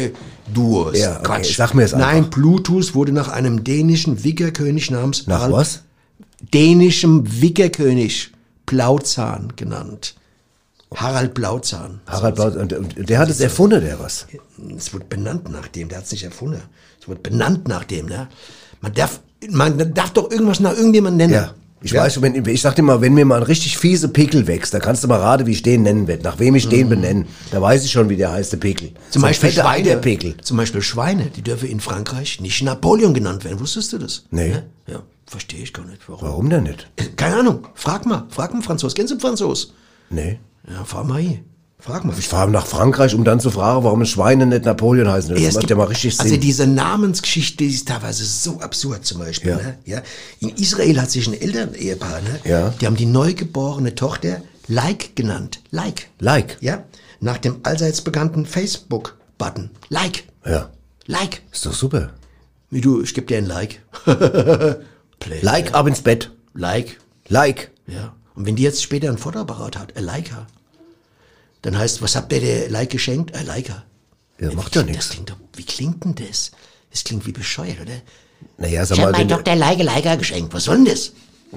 Duos. Ja, okay. Quatsch. Sag mir es einfach. Nein, Bluetooth wurde nach einem dänischen Wickerkönig namens... Nach was? Dänischem Wickerkönig Blauzahn genannt. Harald Blauzahn. Und der hat es erfunden, der was? Es wurde benannt nach dem, der hat es nicht erfunden. Es wurde benannt nach dem, ne? Man darf doch irgendwas nach irgendjemandem nennen. Ja. Ich weiß, ich sag dir mal, wenn mir mal ein richtig fiese Pickel wächst, da kannst du mal raten, wie ich den nennen werde, nach wem ich den benenne. Da weiß ich schon, wie der heißt, der Pickel. Zum Beispiel Schweine. Zum Beispiel Schweine, die dürfen in Frankreich nicht Napoleon genannt werden. Wusstest du das? Nee. Ja, verstehe ich gar nicht. Warum denn nicht? Keine Ahnung. Frag mal Franzos. Kennst du Franzos? Nee. Ja, fahr mal hier. Frag mal. Ich fahre nach Frankreich, um dann zu fragen, warum Schweine nicht Napoleon heißen. Das macht ja mal richtig Sinn. Also diese Namensgeschichte, die ist teilweise so absurd zum Beispiel. Ja. Ne? Ja. In Israel hat sich ein Eltern-Ehepaar, ne? Ja. Die haben die neugeborene Tochter Like genannt. Like. Ja. Nach dem allseits bekannten Facebook-Button. Like. Ja. Like. Ist doch super. Wie du, ich geb dir ein Like. Play. Like, ab ins Bett. Like. Ja. Und wenn die jetzt später ein Fotoapparat hat, ein Leica, dann heißt, was habt ihr der Like geschenkt? Ein Leica. Ja, macht ja nichts. Wie klingt denn das? Das klingt wie bescheuert, oder? Naja, sag Ich mal. hab meiner Tochter Leica geschenkt. Was soll denn das?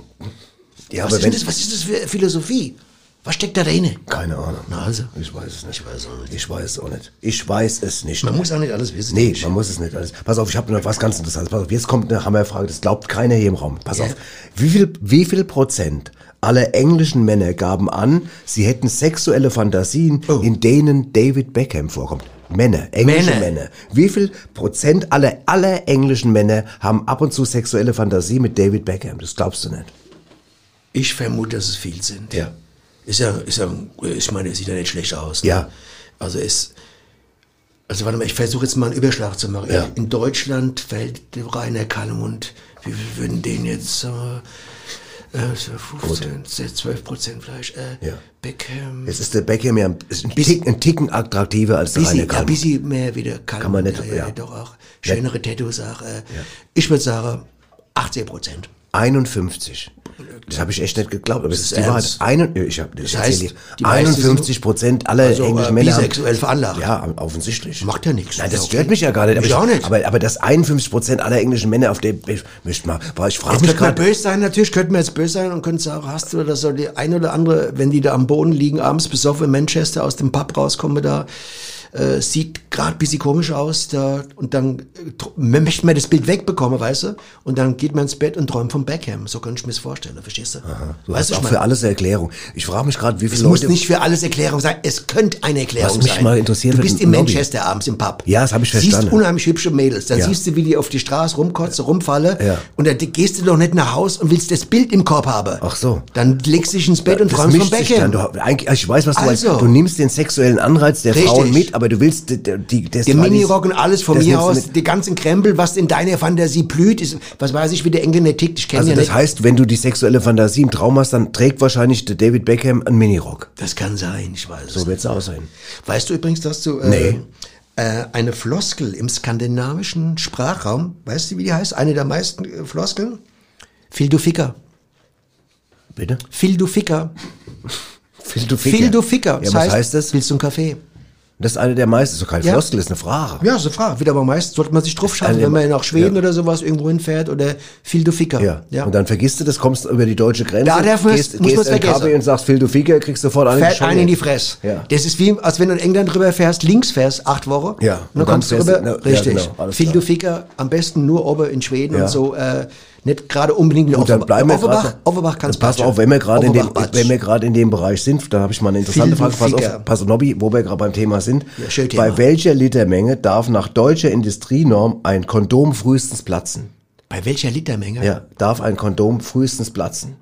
Ja, Was ist das für Philosophie? Was steckt da drin? Keine Ahnung. Na also. Ich weiß es nicht. Ich weiß auch nicht. Ich weiß es nicht. Man muss auch nicht alles wissen. Nee, man muss es nicht alles. Pass auf, ich habe noch was ganz Interessantes. Pass auf, jetzt kommt eine Hammerfrage, das glaubt keiner hier im Raum. Pass auf, wie viel Prozent aller englischen Männer gaben an, sie hätten sexuelle Fantasien, in denen David Beckham vorkommt? Englische Männer. Wie viel Prozent aller englischen Männer haben ab und zu sexuelle Fantasie mit David Beckham? Das glaubst du nicht. Ich vermute, dass es viel sind. Ja. Ist ja, ich meine, es sieht ja nicht schlecht aus. Ja. Ne? Also warte mal, ich versuche jetzt mal einen Überschlag zu machen. Ja. In Deutschland fällt Rainer Kallmund, wie viel würden den jetzt, 15, 12% vielleicht, Beckham. Jetzt ist der Beckham ja ein Ticken attraktiver als der Rainer Kallmund. Ein bisschen mehr wie der Kallmund. Kann man nicht, ja. Doch auch schönere Tattoos auch. Ich würde sagen, 80%. 51. Das habe ich echt nicht geglaubt. Aber das ist die ernst. Wahrheit. Das heißt, die 51% aller englischen Männer bisexuell veranlagt. Ja, offensichtlich. Macht ja nichts. Nein, das stört mich ja gar nicht. Mich auch nicht. Aber dass 51% aller englischen Männer auf der... Ich frage mich gerade... böse sein, natürlich könnten wir jetzt böse sein und können sagen, hast du oder so die ein oder andere, wenn die da am Boden liegen, abends besoffen in Manchester aus dem Pub rauskommen, da sieht gerade ein bisschen komisch aus, da, und dann möchte man das Bild wegbekommen, weißt du, und dann geht man ins Bett und träumt vom Beckham. So kann ich mir das vorstellen, verstehst du? Aha. Du hast auch für alles eine Erklärung. Ich frage mich gerade, wie viele Leute... Es muss nicht für alles Erklärung sein, es könnte eine Erklärung sein. Was mich mal interessiert, du bist in Manchester abends im Pub. Ja, das habe ich verstanden. Siehst unheimlich hübsche Mädels, dann siehst du, wie die auf die Straße rumkotzen, rumfallen, und dann gehst du doch nicht nach Haus und willst das Bild im Korb haben. Ach so. Dann legst du dich ins Bett und träumst vom Beckham. Ich weiß, was du meinst. Du nimmst den sexuellen Anreiz der Frauen mit, aber du willst... Der Minirock und alles von mir aus, die ganzen Krempel, was in deiner Fantasie blüht, ist, was weiß ich, wie der Engländer tickt, ich kenne ja nicht. Das heißt, wenn du die sexuelle Fantasie im Traum hast, dann trägt wahrscheinlich der David Beckham einen Minirock. Das kann sein, ich weiß. So wird's aussehen. Weißt du übrigens, dass du eine Floskel im skandinavischen Sprachraum, weißt du, wie die heißt? Eine der meisten Floskeln? Viel du Ficker. Bitte? Viel du Ficker. Viel du Ficker. Viel du Ficker. Ja, was heißt das? Willst du einen Kaffee? Das ist eine der meisten, so kein Floskel, ist eine Frage. Ja, ist eine Frage. Wieder aber meist sollte man sich drauf schauen, wenn man nach Schweden oder sowas irgendwo hinfährt oder viel du Ficker. Ja. Und dann vergisst du das, kommst über die deutsche Grenze, da gehst in Kaffee und sagst viel du Ficker, kriegst sofort einen fährt einen in die Fresse. Ja. Das ist wie, als wenn du in England drüber fährst, links fährst, 8 Wochen. Ja. Und dann kommst du rüber, richtig. Ja, genau, viel du Ficker, am besten nur oben in Schweden und so, nicht gerade unbedingt in Offenbach. Offenbach kannst du. Pass auf, wenn wir gerade in dem Bereich sind, da habe ich mal eine interessante Frage. Pass auf, Nobby, wo wir gerade beim Thema sind. Ja, bei welcher Litermenge darf nach deutscher Industrienorm ein Kondom frühestens platzen? Bei welcher Litermenge? Ja, darf ein Kondom frühestens platzen.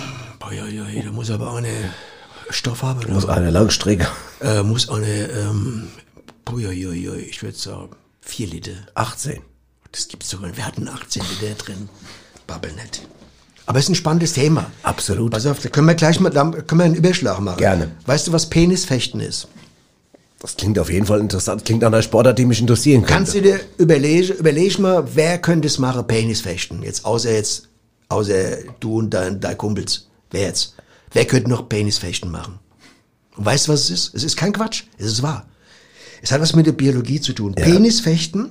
Da muss aber auch eine Stoff haben. Muss eine Langstrecke. Muss eine, ich würde sagen, 4 Liter. 18. Das gibt's sogar. Wir hatten 18 Liter drin. Babbel nicht. Aber es ist ein spannendes Thema. Absolut. Pass auf, da können wir gleich mal, einen Überschlag machen. Gerne. Weißt du, was Penisfechten ist? Das klingt auf jeden Fall interessant. Klingt an einer Sportart, die mich interessieren könnte. Kannst du dir überleg mal, wer könnte es machen, Penisfechten? Außer du und dein Kumpels. Wer könnte noch Penisfechten machen? Und weißt du, was es ist? Es ist kein Quatsch. Es ist wahr. Es hat was mit der Biologie zu tun. Ja. Penisfechten,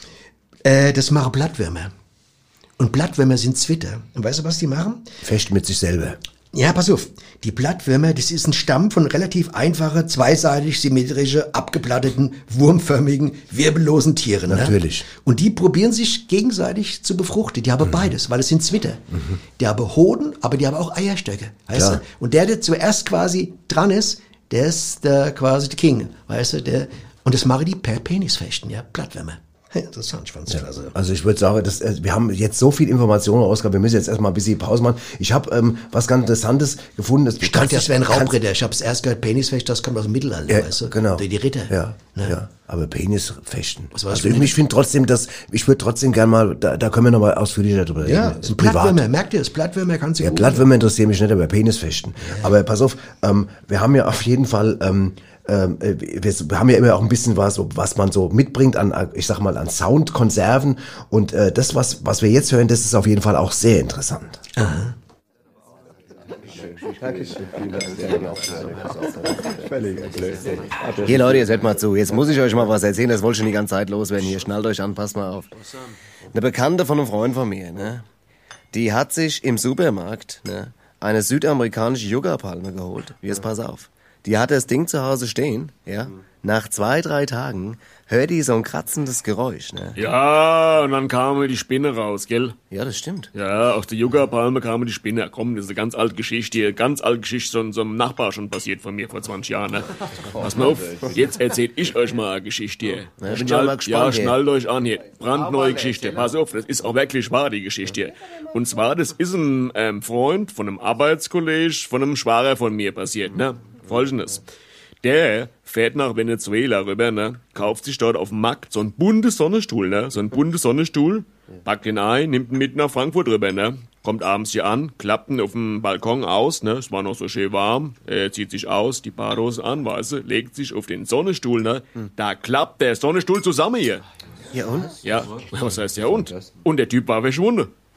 das machen Blattwürmer. Und Blattwürmer sind Zwitter. Und weißt du, was die machen? Fechten mit sich selber. Ja, pass auf. Die Blattwürmer, das ist ein Stamm von relativ einfachen, zweiseitig symmetrische, abgeplatteten, wurmförmigen, wirbellosen Tieren. Natürlich. Ne? Und die probieren sich gegenseitig zu befruchten. Die haben beides, weil es sind Zwitter. Die haben Hoden, aber die haben auch Eierstöcke. Weißt du? Und der zuerst quasi dran ist, der ist quasi der King. Weißt du? Und das machen die per Penisfechten, ja, Blattwürmer. Interessant, ich fand's klasse. Also ich würde sagen, wir haben jetzt so viel Informationen rausgehabt, wir müssen jetzt erstmal ein bisschen Pause machen. Ich habe was ganz Interessantes gefunden. Ich dachte, das wäre ein Raubritter. Ich habe es erst gehört, Penisfechten, das kommt aus dem Mittelalter, weißt du? Genau. Die Ritter. Ja, aber Penisfechten. Also ich finde trotzdem, ich würde trotzdem gerne mal, da können wir nochmal ausführlicher drüber reden. Ja, so Blattwürmer, merkt ihr das? Blattwürmer kannst du Blattwürmer interessieren mich nicht, aber Penisfechten. Ja. Aber pass auf, wir haben ja auf jeden Fall... wir haben ja immer auch ein bisschen was man so mitbringt an, ich sag mal, an Soundkonserven und das, was wir jetzt hören, das ist auf jeden Fall auch sehr interessant. Aha. Hier Leute, jetzt hört mal zu, jetzt muss ich euch mal was erzählen, das wollte schon die ganze Zeit loswerden, hier, schnallt euch an, passt mal auf. Eine Bekannte von einem Freund von mir, ne, die hat sich im Supermarkt, ne, eine südamerikanische Yucca-Palme geholt, jetzt pass auf. Die hatte das Ding zu Hause stehen, ja. Nach 2-3 Tagen hört die so ein kratzendes Geräusch, ne? Ja, und dann kam die Spinne raus, gell? Ja, das stimmt. Ja, aus der Yucca-Palme kam die Spinne. Komm, das ist eine ganz alte Geschichte, so einem Nachbar schon passiert von mir vor 20 Jahren, ne? Pass mal auf, jetzt erzähl ich euch mal eine Geschichte hier. Ja, bin schon mal gespannt, schnallt euch an hier. Brandneue Geschichte. Pass auf, das ist auch wirklich wahr, die Geschichte. Und zwar, das ist ein Freund von einem Arbeitskollege, von einem Schwager von mir passiert, ne? Folgendes. Der fährt nach Venezuela rüber, ne? Kauft sich dort auf dem Markt so einen bunten Sonnenstuhl, ne? Packt ihn ein, nimmt ihn mit nach Frankfurt rüber, ne? Kommt abends hier an, klappt ihn auf dem Balkon aus, ne? Es war noch so schön warm. Er zieht sich aus, die Badehose an, weißt du, legt sich auf den Sonnenstuhl, ne? Da klappt der Sonnenstuhl zusammen hier. Ja und? Ja, was heißt ja und? Und der Typ war verschwunden.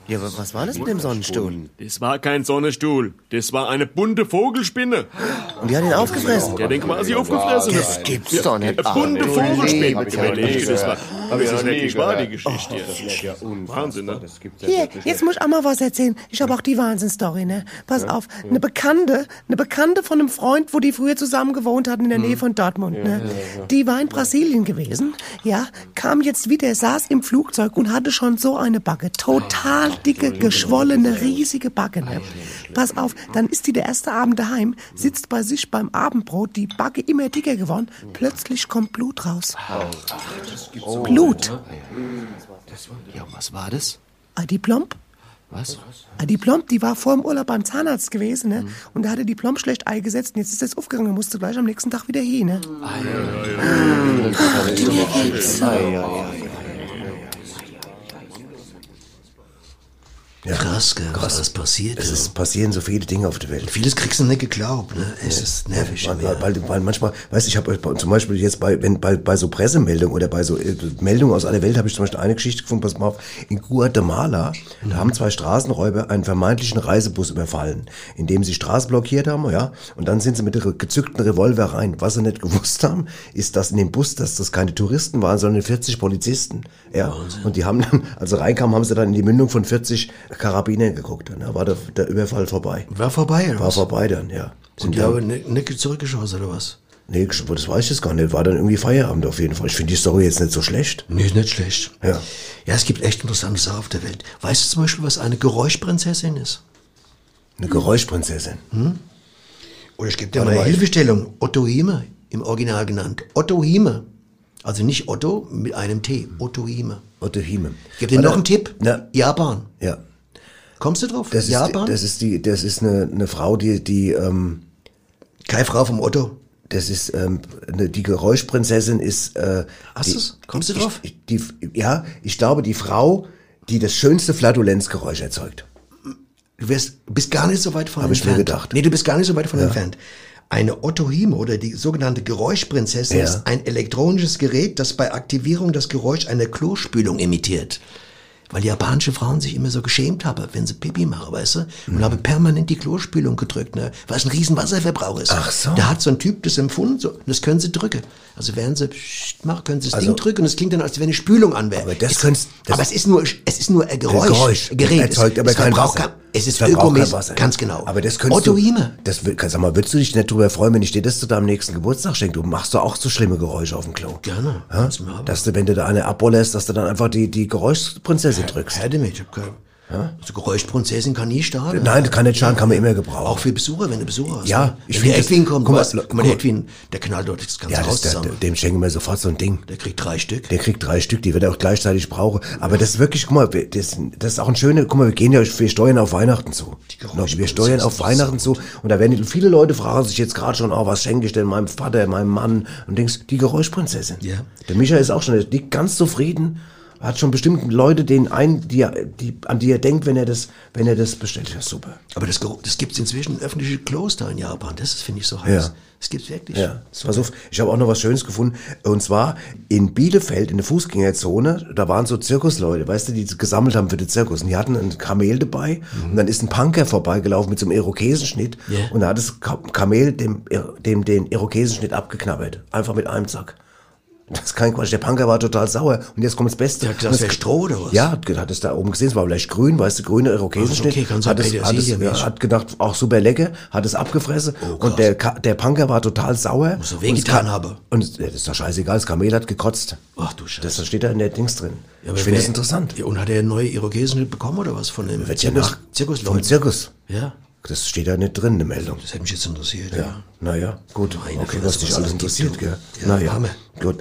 Ja, aber was war das mit dem Sonnenstuhl? Das war kein Sonnenstuhl. Das war eine bunte Vogelspinne. Und die hat ihn aufgefressen? Der hat den quasi aufgefressen. Das gibt's doch nicht. Eine bunte Vogelspinne. Das ist wirklich wahr, die Geschichte. Wahnsinn, ne? Hier, jetzt muss ich auch mal was erzählen. Ich habe auch die Wahnsinnsstory, ne? Pass auf, eine Bekannte von einem Freund, wo die früher zusammen gewohnt hatten in der Nähe von Dortmund, ne? Die war in Brasilien gewesen, ja, kam jetzt wieder, saß im Flugzeug und hatte schon so eine Backe. Total dicke, geschwollene, riesige Backe, ne? Pass auf, dann ist die der erste Abend daheim, sitzt bei sich beim Abendbrot, die Backe immer dicker geworden, plötzlich kommt Blut raus. Blut. Ja, was war das? Die Plomb. Was? Die Plomb, die war vor dem Urlaub beim Zahnarzt gewesen, ne? Und da hatte die Plomb schlecht eingesetzt und jetzt ist das aufgegangen und musste gleich am nächsten Tag wieder hin, ne? Ja. Krass, gell, was das passiert. Es passieren so viele Dinge auf der Welt. Vieles kriegst du nicht geglaubt, ne? Es ist nervig. Weil manchmal, weißt du, ich habe zum Beispiel jetzt bei so Pressemeldungen oder bei so Meldungen aus aller Welt habe ich zum Beispiel eine Geschichte gefunden, pass mal auf, in Guatemala, da haben 2 Straßenräuber einen vermeintlichen Reisebus überfallen, indem sie Straßen blockiert haben, ja, und dann sind sie mit einem gezückten Revolver rein. Was sie nicht gewusst haben, ist, dass in dem Bus, dass das keine Touristen waren, sondern 40 Polizisten, ja. Wahnsinn. Und die haben dann, als sie reinkamen, haben sie dann in die Mündung von 40 Karabiner geguckt, dann war der Überfall vorbei. War vorbei, oder was? War vorbei dann, ja. Und die haben nicht zurückgeschossen, oder was? Nee, das weiß ich jetzt gar nicht. War dann irgendwie Feierabend auf jeden Fall. Ich finde die Story jetzt nicht so schlecht. Nee, ist nicht schlecht. Ja. Ja, es gibt echt interessante Sachen auf der Welt. Weißt du zum Beispiel, was eine Geräuschprinzessin ist? Eine Geräuschprinzessin? Oder ich gebe dir mal eine Hilfestellung. Otto-Hime, im Original genannt. Otto-Hime. Also nicht Otto mit einem T. Otto-Hime. Otto-Hime. Ich gebe dir noch einen Tipp. Na, Japan. Ja. Kommst du drauf? Das Japan? Das ist eine Frau, die keine Frau vom Otto. Das ist, die Geräuschprinzessin ist, Hast du's? Kommst du drauf? Ich glaube, die Frau, die das schönste Flatulenzgeräusch erzeugt. Du bist gar nicht so weit von entfernt. Habe ich mir gedacht. Nee, du bist gar nicht so weit von entfernt. Eine Otto-Hime oder die sogenannte Geräuschprinzessin ist ein elektronisches Gerät, das bei Aktivierung das Geräusch einer Klospülung imitiert. Weil japanische Frauen sich immer so geschämt haben, wenn sie Pipi machen, weißt du? Und habe permanent die Klospülung gedrückt, ne? Weil es ein riesen Wasserverbrauch ist. Ach so. Da hat so ein Typ das empfunden, so, und das können sie drücken. Also während sie machen, können sie das Ding drücken und es klingt dann, als wenn eine Spülung an wäre. Aber aber es ist nur ein Geräusch. Ein Gerät. Erzeugt aber kein Wasser. Es ist ökomäßig, ganz genau. Aber das könntest Otto-Hime. Sag mal, würdest du dich nicht drüber freuen, wenn ich dir das zu deinem nächsten Geburtstag schenke? Du machst doch auch so schlimme Geräusche auf dem Klo. Gerne. Ja? Dass du, wenn du da eine abrollst, dass du dann einfach die Geräuschprinzessin drückst. Hör damit, ich hab keine... Also Geräuschprinzessin kann nie schaden. Nein, kann nicht schaden, kann man immer gebrauchen. Auch für Besucher, wenn du Besucher hast. Ja, ne? Ich finde, Edwin kommt, guck mal, der Edwin, der knallt dort das Ganze raus zusammen. Dem schenken wir sofort so ein Ding. Der kriegt 3 Stück. Die wird er auch gleichzeitig brauchen. Aber das ist wirklich, guck mal, das ist auch ein schöner, guck mal, wir steuern auf Weihnachten zu. Wir steuern auf Weihnachten zu. Und da werden viele Leute fragen sich jetzt gerade schon, was schenke ich denn meinem Vater, meinem Mann? Und denkst, die Geräuschprinzessin. Ja. Der Micha ist auch schon, der liegt ganz zufrieden. Hat schon bestimmt Leute, an die er denkt, wenn er das bestellt. Ja, super. Aber das gibt's inzwischen öffentliche Klos da in Japan. Das finde ich so heiß. Ja. Das gibt's wirklich. Ja. Ich habe auch noch was Schönes gefunden. Und zwar in Bielefeld, in der Fußgängerzone, da waren so Zirkusleute, weißt du, die gesammelt haben für den Zirkus. Und die hatten ein Kamel dabei. Und dann ist ein Punker vorbeigelaufen mit so einem Irokesenschnitt. Yeah. Und da hat das Kamel dem den Irokesenschnitt abgeknabbert. Einfach mit einem Zack. Das ist kein Quatsch. Der Punker war total sauer. Und jetzt kommt das Beste. Der hat gesagt, das wäre Stroh oder was? Ja, hat es da oben gesehen. Es war vielleicht grün, weißt du, grüne Irokesenschnitt. Okay, hat gedacht, auch super lecker, hat es abgefressen. Und der Punker war total sauer. Muss so wehgetan haben. Und das ist doch scheißegal, das Kamel hat gekotzt. Ach du Scheiße. Das steht da in der Dings drin. Ja, ich finde das interessant. Ja, und hat er einen neuen Irokesenschnitt bekommen oder was? Von dem Zirkusleuten? Vom Zirkus. Ja. Das steht da nicht drin in der Meldung. Das hätte mich jetzt interessiert, ja. Naja, gut. Okay, was dich alles interessiert, gell? Ja, naja, gut.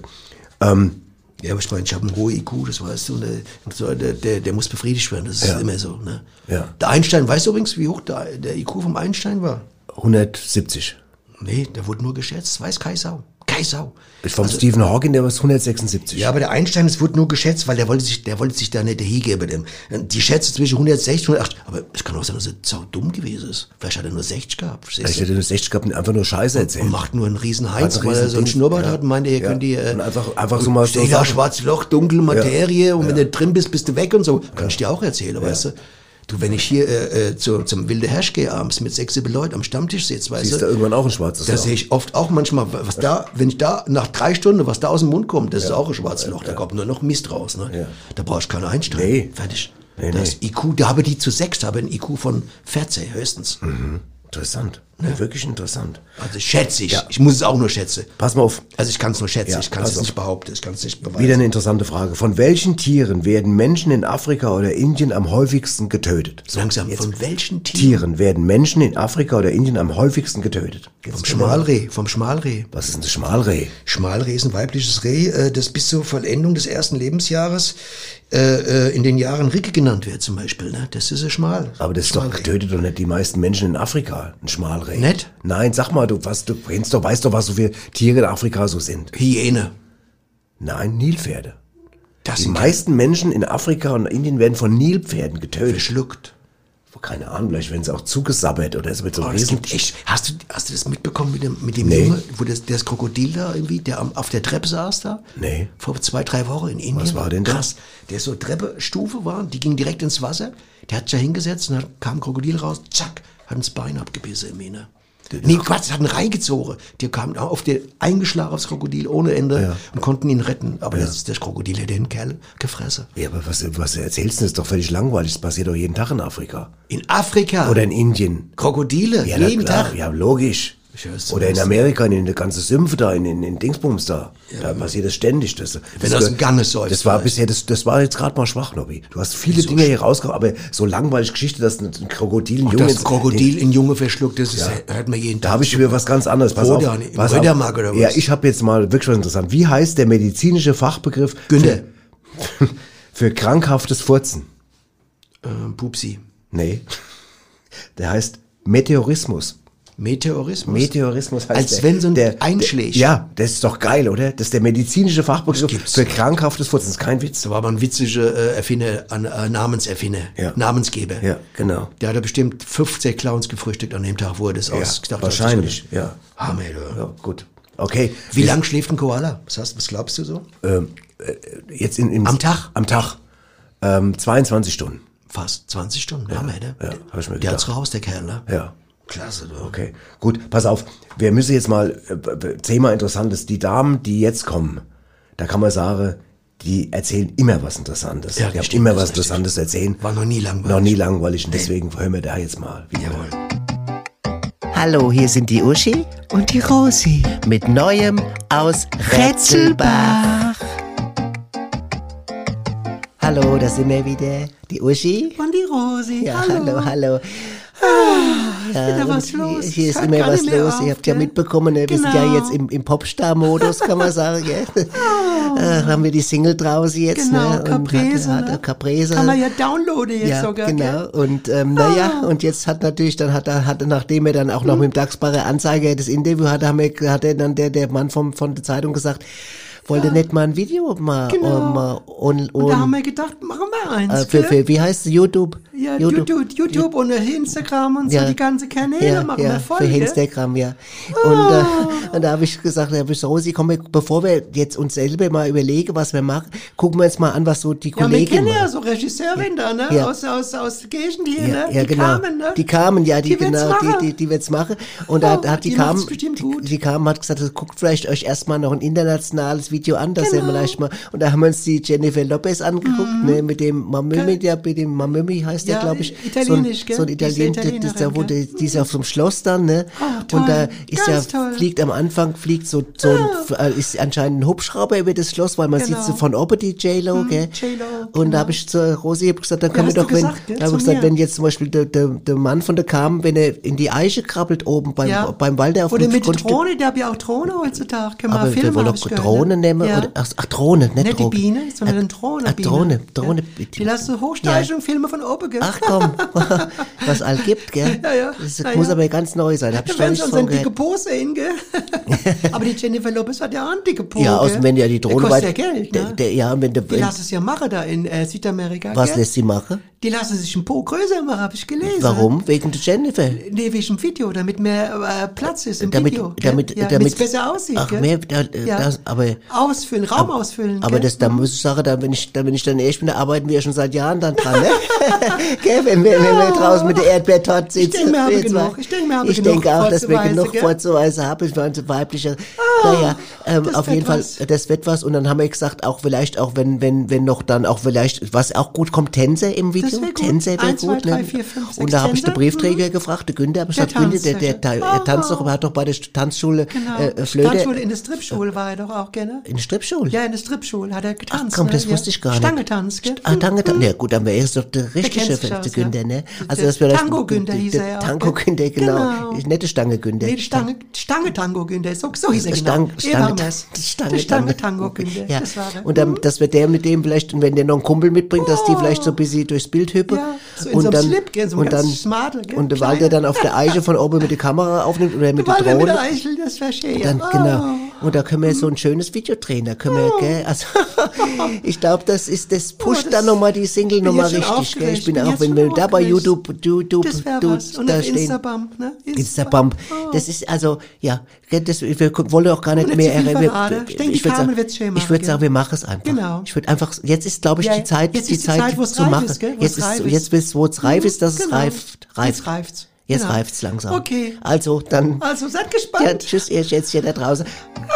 Ja, aber ich meine, ich habe einen hohen IQ, das weißt du, und der muss befriedigt werden, das ist immer so. Ne? Ja. Der Einstein, weißt du übrigens, wie hoch der IQ vom Einstein war? 170. Nee, der wurde nur geschätzt, weiß keine Sau. keine Sau. Vom Stephen Hawking, der war 176. Ja, aber der Einstein, es wurde nur geschätzt, weil der wollte sich da nicht hingeben. Die schätze zwischen 160 und 180. Aber es kann auch sein, dass er sau dumm gewesen ist. Vielleicht hat er nur 60 gehabt. Vielleicht hat er nur 60 gehabt und einfach nur Scheiße erzählt. Und macht nur einen riesen Heinz, weil er so einen Schnurrbart hat und meinte, ihr könnt die... und einfach so mal... Ja, schwarzes Loch, dunkle Materie und wenn du drin bist du weg und so. Kann ich dir auch erzählen, weißt du? Du, wenn ich hier zum Wilde Herrsch gehe abends mit 6, 7 Leuten am Stammtisch sitze, weißt du. Siehst du irgendwann auch ein schwarzes Loch. Da sehe ich oft auch manchmal, wenn ich da nach 3 Stunden, was da aus dem Mund kommt, das ist auch ein schwarzes Loch. Da kommt nur noch Mist raus. Ne? Ja. Da brauchst du keine Einstein. Nee. Fertig. Das IQ, da habe die zu 6, da habe ein IQ von 14 höchstens. Mhm. Interessant. Ja. Wirklich interessant. Also schätze ich. Ja. Ich muss es auch nur schätzen. Pass mal auf. Also ich kann es nur schätzen. Ich kann es nicht behaupten. Ich kann es nicht beweisen. Wieder eine interessante Frage. Von welchen Tieren werden Menschen in Afrika oder Indien am häufigsten getötet? Langsam. Von welchen Tieren werden Menschen in Afrika oder Indien am häufigsten getötet? Vom Schmalreh. Was ist ein Schmalreh? Schmalreh ist ein weibliches Reh, das bis zur Vollendung des ersten Lebensjahres in den Jahren Ricke genannt wird zum Beispiel. Ne? Das ist ein Schmal. Aber das tötet doch nicht die meisten Menschen in Afrika, ein Schmalreh. Nicht? Nein, sag mal, du weißt doch, was so viele Tiere in Afrika so sind. Hyäne. Nein, Nilpferde. Die meisten Menschen in Afrika und Indien werden von Nilpferden getötet. Verschluckt. Keine Ahnung, vielleicht werden sie auch zugesabbert oder so mit so Riesen. Hast du das mitbekommen mit dem Junge, wo das Krokodil da irgendwie, der auf der Treppe saß da? Nee. Vor 2, 3 Wochen in Indien. Was war denn das? Krass. Der so Treppestufe war, die ging direkt ins Wasser. Der hat sich da hingesetzt und dann kam ein Krokodil raus, zack, hat ins Bein abgebissen im Ine. Nee, Quatsch, hat ihn reingezogen. Die kamen auf den eingeschlagen aufs Krokodil ohne Ende und konnten ihn retten. Aber das Krokodil hätte den Kerl gefressen. Ja, aber was du erzählst, ist doch völlig langweilig. Das passiert doch jeden Tag in Afrika. In Afrika? Oder in Indien. Krokodile? Ja, jeden Tag? Ja, logisch. Oder in Amerika, in der ganzen Sümpfe da, in Dingsbums da. Ja, da passiert das ständig. Wenn aus dem Gange säuft. Das war bisher, das war jetzt gerade mal schwach, Nobby. Du hast viele Dinge hier rausgekommen, aber so langweilig Geschichte, dass ein Krokodil das Krokodil in Junge verschluckt, das hört man jeden Tag. Da habe ich wieder was ganz anderes. Pass auf. Oder was? Ja, ich habe jetzt mal wirklich was interessant. Wie heißt der medizinische Fachbegriff für krankhaftes Furzen? Pupsi. Nee. Der heißt Meteorismus. Meteorismus heißt als wenn so ein einschlägt. Ja, das ist doch geil, oder? Das ist der medizinische Fachbegriff für krankhaftes Furzen. Das ist kein Witz. Da war aber ein witziger Namenserfinder, Namensgeber. Ja, genau. Der hat bestimmt 15 Clowns gefrühstückt an dem Tag, wo er das ausgedacht hat. Wahrscheinlich, ja. Hammer, ja, gut. Okay. Wie lang schläft ein Koala? Was glaubst du so? Jetzt am Tag? Am Tag. 22 Stunden. Fast 20 Stunden, Hammer, ne? Ja, hab ich mir gedacht. Der hat's raus, der Kerl, ne? Ja. Klasse, du. Okay, gut, pass auf. Wir müssen jetzt mal, Thema Interessantes. Die Damen, die jetzt kommen, da kann man sagen, die erzählen immer was Interessantes. Ja, die haben immer was Interessantes zu erzählen. War noch nie langweilig. Noch nie langweilig. Und deswegen hören wir da jetzt mal. Jawohl. Hallo, hier sind die Uschi und die Rosi mit Neuem aus Rätselbach. Hallo, da sind wir wieder. Die Uschi und die Rosi. Ja, hallo. Wieder was los. Hier ist immer was los. Ihr habt ja mitbekommen, wir sind ja jetzt im Popstar-Modus, kann man sagen. Gell? Haben wir die Single draußen jetzt. Genau, ne? Caprese. Caprese. Kann man ja downloaden jetzt sogar. Genau. Und und jetzt hat natürlich, nachdem er dann auch noch mit dem Dachsbacher Anzeiger das Interview hatte, hat er dann der Mann von der Zeitung gesagt, wollte nicht mal ein Video mal und da haben wir gedacht, machen wir eins. Für wie heißt es? YouTube? Ja, YouTube und Instagram und so die ganze Kanäle machen wir voll. Für Instagram, ja. Und da habe ich gesagt, Rosi, komm, bevor wir jetzt uns selber mal überlegen, was wir machen, gucken wir uns mal an, was so die Kollegen machen. Ja, wir kennen ja so Regisseurin da, ne? Ja. Aus der Gegend hier, ne? Ja, die genau. Kamen, ne? Die kamen, ja, die wird's machen. Und die kamen, hat gesagt, guckt vielleicht euch erstmal noch ein internationales Video an, das sehen wir vielleicht mal. Und da haben wir uns die Jennifer Lopez angeguckt, ne, mit dem Mamömi heißt der, glaube ich. Italienisch, so ein Italiener, die ist auf so einem Schloss dann, ne? Toll, und da ist toll. Fliegt am Anfang, ist anscheinend ein Hubschrauber über das Schloss, weil man sieht so von oben die J-Lo, gell? Und da habe ich zur Rosi gesagt, dann können wir doch, wenn jetzt zum Beispiel der Mann von der Carmen, wenn er in die Eiche krabbelt oben beim Walder auf oder dem mit Grundstück. Drohne, der hat ja auch Drohne heutzutage, können wir aber filmen, wir wollen doch Drohnen nehmen? Ja. Oder, ach, Drohne, nicht Nicht die Droge. Biene, sondern eine Drohne. Drohne. Die lassen Hochsteigung Filme von oben, gell? Ach komm, was all gibt, gell? Ja. Das muss aber ganz neu sein. Hab ich Da noch werden nicht sie uns von eine dicke gehört. Pose hin, gell? Aber die Jennifer Lopez hat ja auch eine dicke Pose. Ja, außerdem, wenn ja die Drohne kostet ja Geld, ne? Die lassen es ja machen da in Südamerika, was gell? lässt sie machen? Die lassen sich ein Po größer machen, habe ich gelesen. Warum? Wegen der Jennifer? Nee, wegen dem Video, damit mehr Platz ist im Damit- Video. damit- ja, damit- es besser aussieht. Ach, gell? mehr, Ja. aber... Ausfüllen, Raum ausfüllen. Aber gell? da muss ich sagen, wenn ich dann erst bin, da arbeiten wir ja schon seit Jahren dann dran, ne? Gell, wenn wir draußen mit der Erdbeertorte sitzen. Ich denke, wir haben Ich genug denke auch, dass wir vorzuweisen, genug gell? vorzuweisen haben. Ich war ein so weiblicher. Naja, auf wird jeden Fall, was. das wird was. Und dann haben wir gesagt, auch vielleicht, auch wenn noch dann auch vielleicht, was auch gut kommt, Tänzer im Video. Das wär gut. Tänzer wäre 1, 2, gut, 3, ne? 4, 5, 6 Und da habe ich den Tänzer. Briefträger gefragt, der Günther, habe ich Der gesagt, Günther, der tanzt, tanzt doch, hat doch bei der Tanzschule Genau. Flöte. Tanzschule in der Stripschule war er doch auch, gell? In der Stripschule? Ja, in der Stripschule hat er getanzt. Ach komm, das ne? wusste ich gar nicht. Stangetanz, gell? Stangetanz. Ja gut, dann wäre es doch der richtige kennst dich der aus, Günther, ja. ne? Der das wäre Tango-Günther hieß er ja auch, Tango Günther, genau. Genau. Nette Stange Günther. Nee, Stange-Tango-Günther, so hieß er genau. Stange-Tango-Günther, Ja. das war er. Und dann, dass wir der mit dem vielleicht, und wenn der noch einen Kumpel mitbringt, dass die vielleicht so ein bisschen durchs Bild hüppe. Ja, so in so einem Slip, gell, so ein ganz smarter, gell, und der Walter dann auf der Eiche von oben mit der Kamera aufnimmt oder mit der Walter Drohne. mit der Eichel, das wäre schön. Dann, genau. Und da können wir so ein schönes Video drehen. Da können wir, gell, also, ich glaube, das pusht dann nochmal die Single nochmal jetzt schon richtig, gell. Ich bin aufgeregt, auch, wenn wir da bei aufgeregt. YouTube, Das wäre du, was. Und da auf stehen. Instagram, ne? Instagram. Das ist also, ja, das, wir wollen auch gar nicht Und mehr. nicht zu viel verraten. Ich denke, die würd Carmen sagen, wird's schön ich machen, würde gell? sagen, wir machen es einfach. Genau. Ich würde einfach, jetzt ist, glaube ich, Ja, die Zeit, jetzt ist die Zeit, wo's zu reif machen. ist, gell? Wo's Jetzt reif ist, ist. jetzt ist, wo es reif ist, dass es Genau. reift. Jetzt reift's. Jetzt Genau. reift's langsam. Okay. Also, dann, Also, seid gespannt. ja, tschüss, ihr Schätzchen da draußen.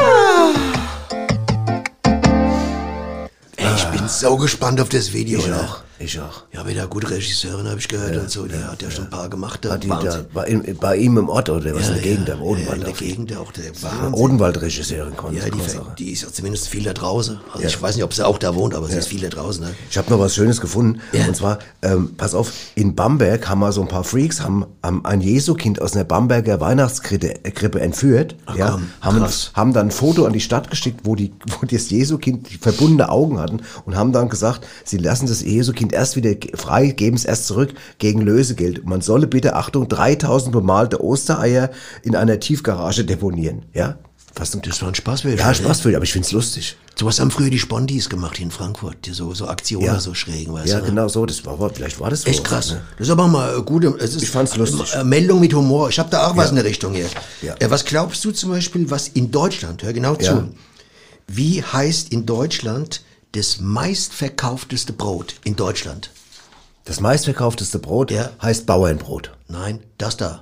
Ey, ich bin so gespannt auf das Video. Ich ne? auch. Ich auch. Ja, wieder gute Regisseurin, habe ich gehört und so. Die hat ja schon ein paar gemacht. Hat die da Wahnsinn. bei ihm im Ort oder was in der Gegend, am Ja, Odenwald? in der Gegend auch. Der Wahnsinn. Odenwald-Regisseurin Ja, die ist ja zumindest viel da draußen. Also ich weiß nicht, ob sie auch da wohnt, aber sie ist viel da draußen. Ne? Ich habe noch was Schönes gefunden. Ja. Und zwar, pass auf, in Bamberg haben wir so ein paar Freaks, haben ein Jesukind aus einer Bamberger Weihnachtskrippe entführt. Ach Ja, komm, haben dann ein Foto an die Stadt geschickt, wo das Jesukind verbundene Augen hatten und haben dann gesagt, sie lassen das Jesukind erst wieder frei, geben es erst zurück gegen Lösegeld. Man solle bitte, Achtung, 3000 bemalte Ostereier in einer Tiefgarage deponieren. Ja? Das war ein Spaßbild. Ja, Spaßbild, aber ich find's lustig. Sowas haben früher die Spondis gemacht hier in Frankfurt. Die so Aktionen Ja. so schrägen, weißt Ja, du? genau so. Vielleicht war das so. Echt krass. Ne? Das ist aber mal gute. Es ist Ich fand's lustig. Meldung mit Humor. Ich habe da auch was in der Richtung hier. Ja. Was glaubst du zum Beispiel, was in Deutschland, hör genau Ja. zu, wie heißt in Deutschland das meistverkaufteste Brot in Deutschland? Das meistverkaufteste Brot Ja. heißt Bauernbrot. Nein, das da.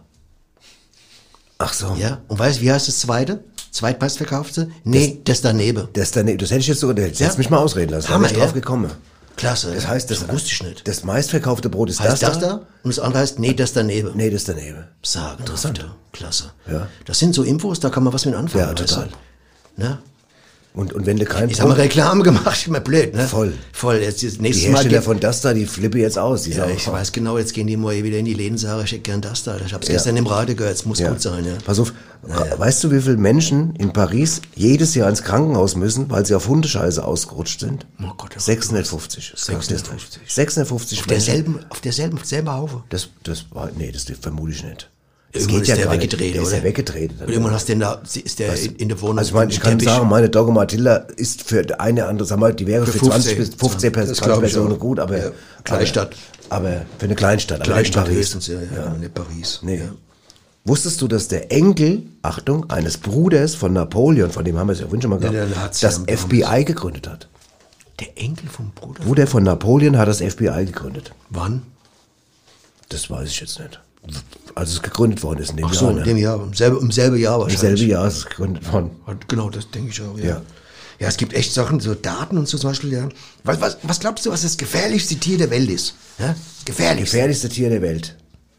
Ach so. Ja? Und weißt du, wie heißt das zweite? Zweitmeistverkaufte? Nee, das daneben. Das hätte ich jetzt sogar, jetzt Ja. hättest mich mal ausreden lassen. Hammer, Da bin ich drauf ja. gekommen. Klasse. Das heißt, das wusste ich nicht. Das meistverkaufte Brot ist Heißt das da? da? Und das andere heißt, nee, das daneben. Nee, das daneben. Sagen, interessant. Klasse. Ja. Das sind so Infos, da kann man was mit anfangen. Ja, weißt total. du? Ne? Und wenn du kein Jetzt haben wir Reklame gemacht, immer blöd, ne? Voll. Jetzt die nächstes Mal Hersteller von das da, die flippe jetzt aus. Die ja, sagen, ich weiß genau, jetzt gehen die mal wieder in die Läden, sagen, ich hätte gern das da. Ich hab's gestern im Radio gehört, es muss gut sein, ja. Pass auf, weißt du, wie viele Menschen in Paris jedes Jahr ins Krankenhaus müssen, weil sie auf Hundescheiße ausgerutscht sind? Oh Gott, oh 650. 650. 650 Auf derselben Haufe. Das vermute ich nicht. Das Irgendwann ist der gar nicht. weggedreht, Der ist oder? ja weggedreht. Und irgendwann hast du den da, ist der in der Wohnung. Also ich meine, ich kann Teppich. sagen, meine Dogge Matilda ist für eine andere, sag mal, die wäre für 20 bis 15 Das glaub ich Personen auch. gut, aber Ja, Kleinstadt. Aber für eine Kleinstadt. aber nicht Kleinstadt Paris. höchstens, ja, nicht Paris. Nee. Ja. Wusstest du, dass der Enkel, Achtung, eines Bruders von Napoleon, von dem haben wir es ja vorhin schon mal gehabt, der hat's das ja FBI gegründet hat? Der Enkel vom Bruder? Bruder von Napoleon hat das FBI gegründet. Wann? Das weiß ich jetzt nicht. Als es gegründet worden ist in dem Ach so, Jahr. in dem Jahr, im selben Jahr Im wahrscheinlich. selben Jahr ist es gegründet worden. Genau, das denke ich auch, ja. Ja. Ja, es gibt echt Sachen, so Daten und so zum Beispiel, ja. Was glaubst du, was das gefährlichste Tier der Welt ist? Ja? Gefährlichste. Gefährlichste Tier der Welt.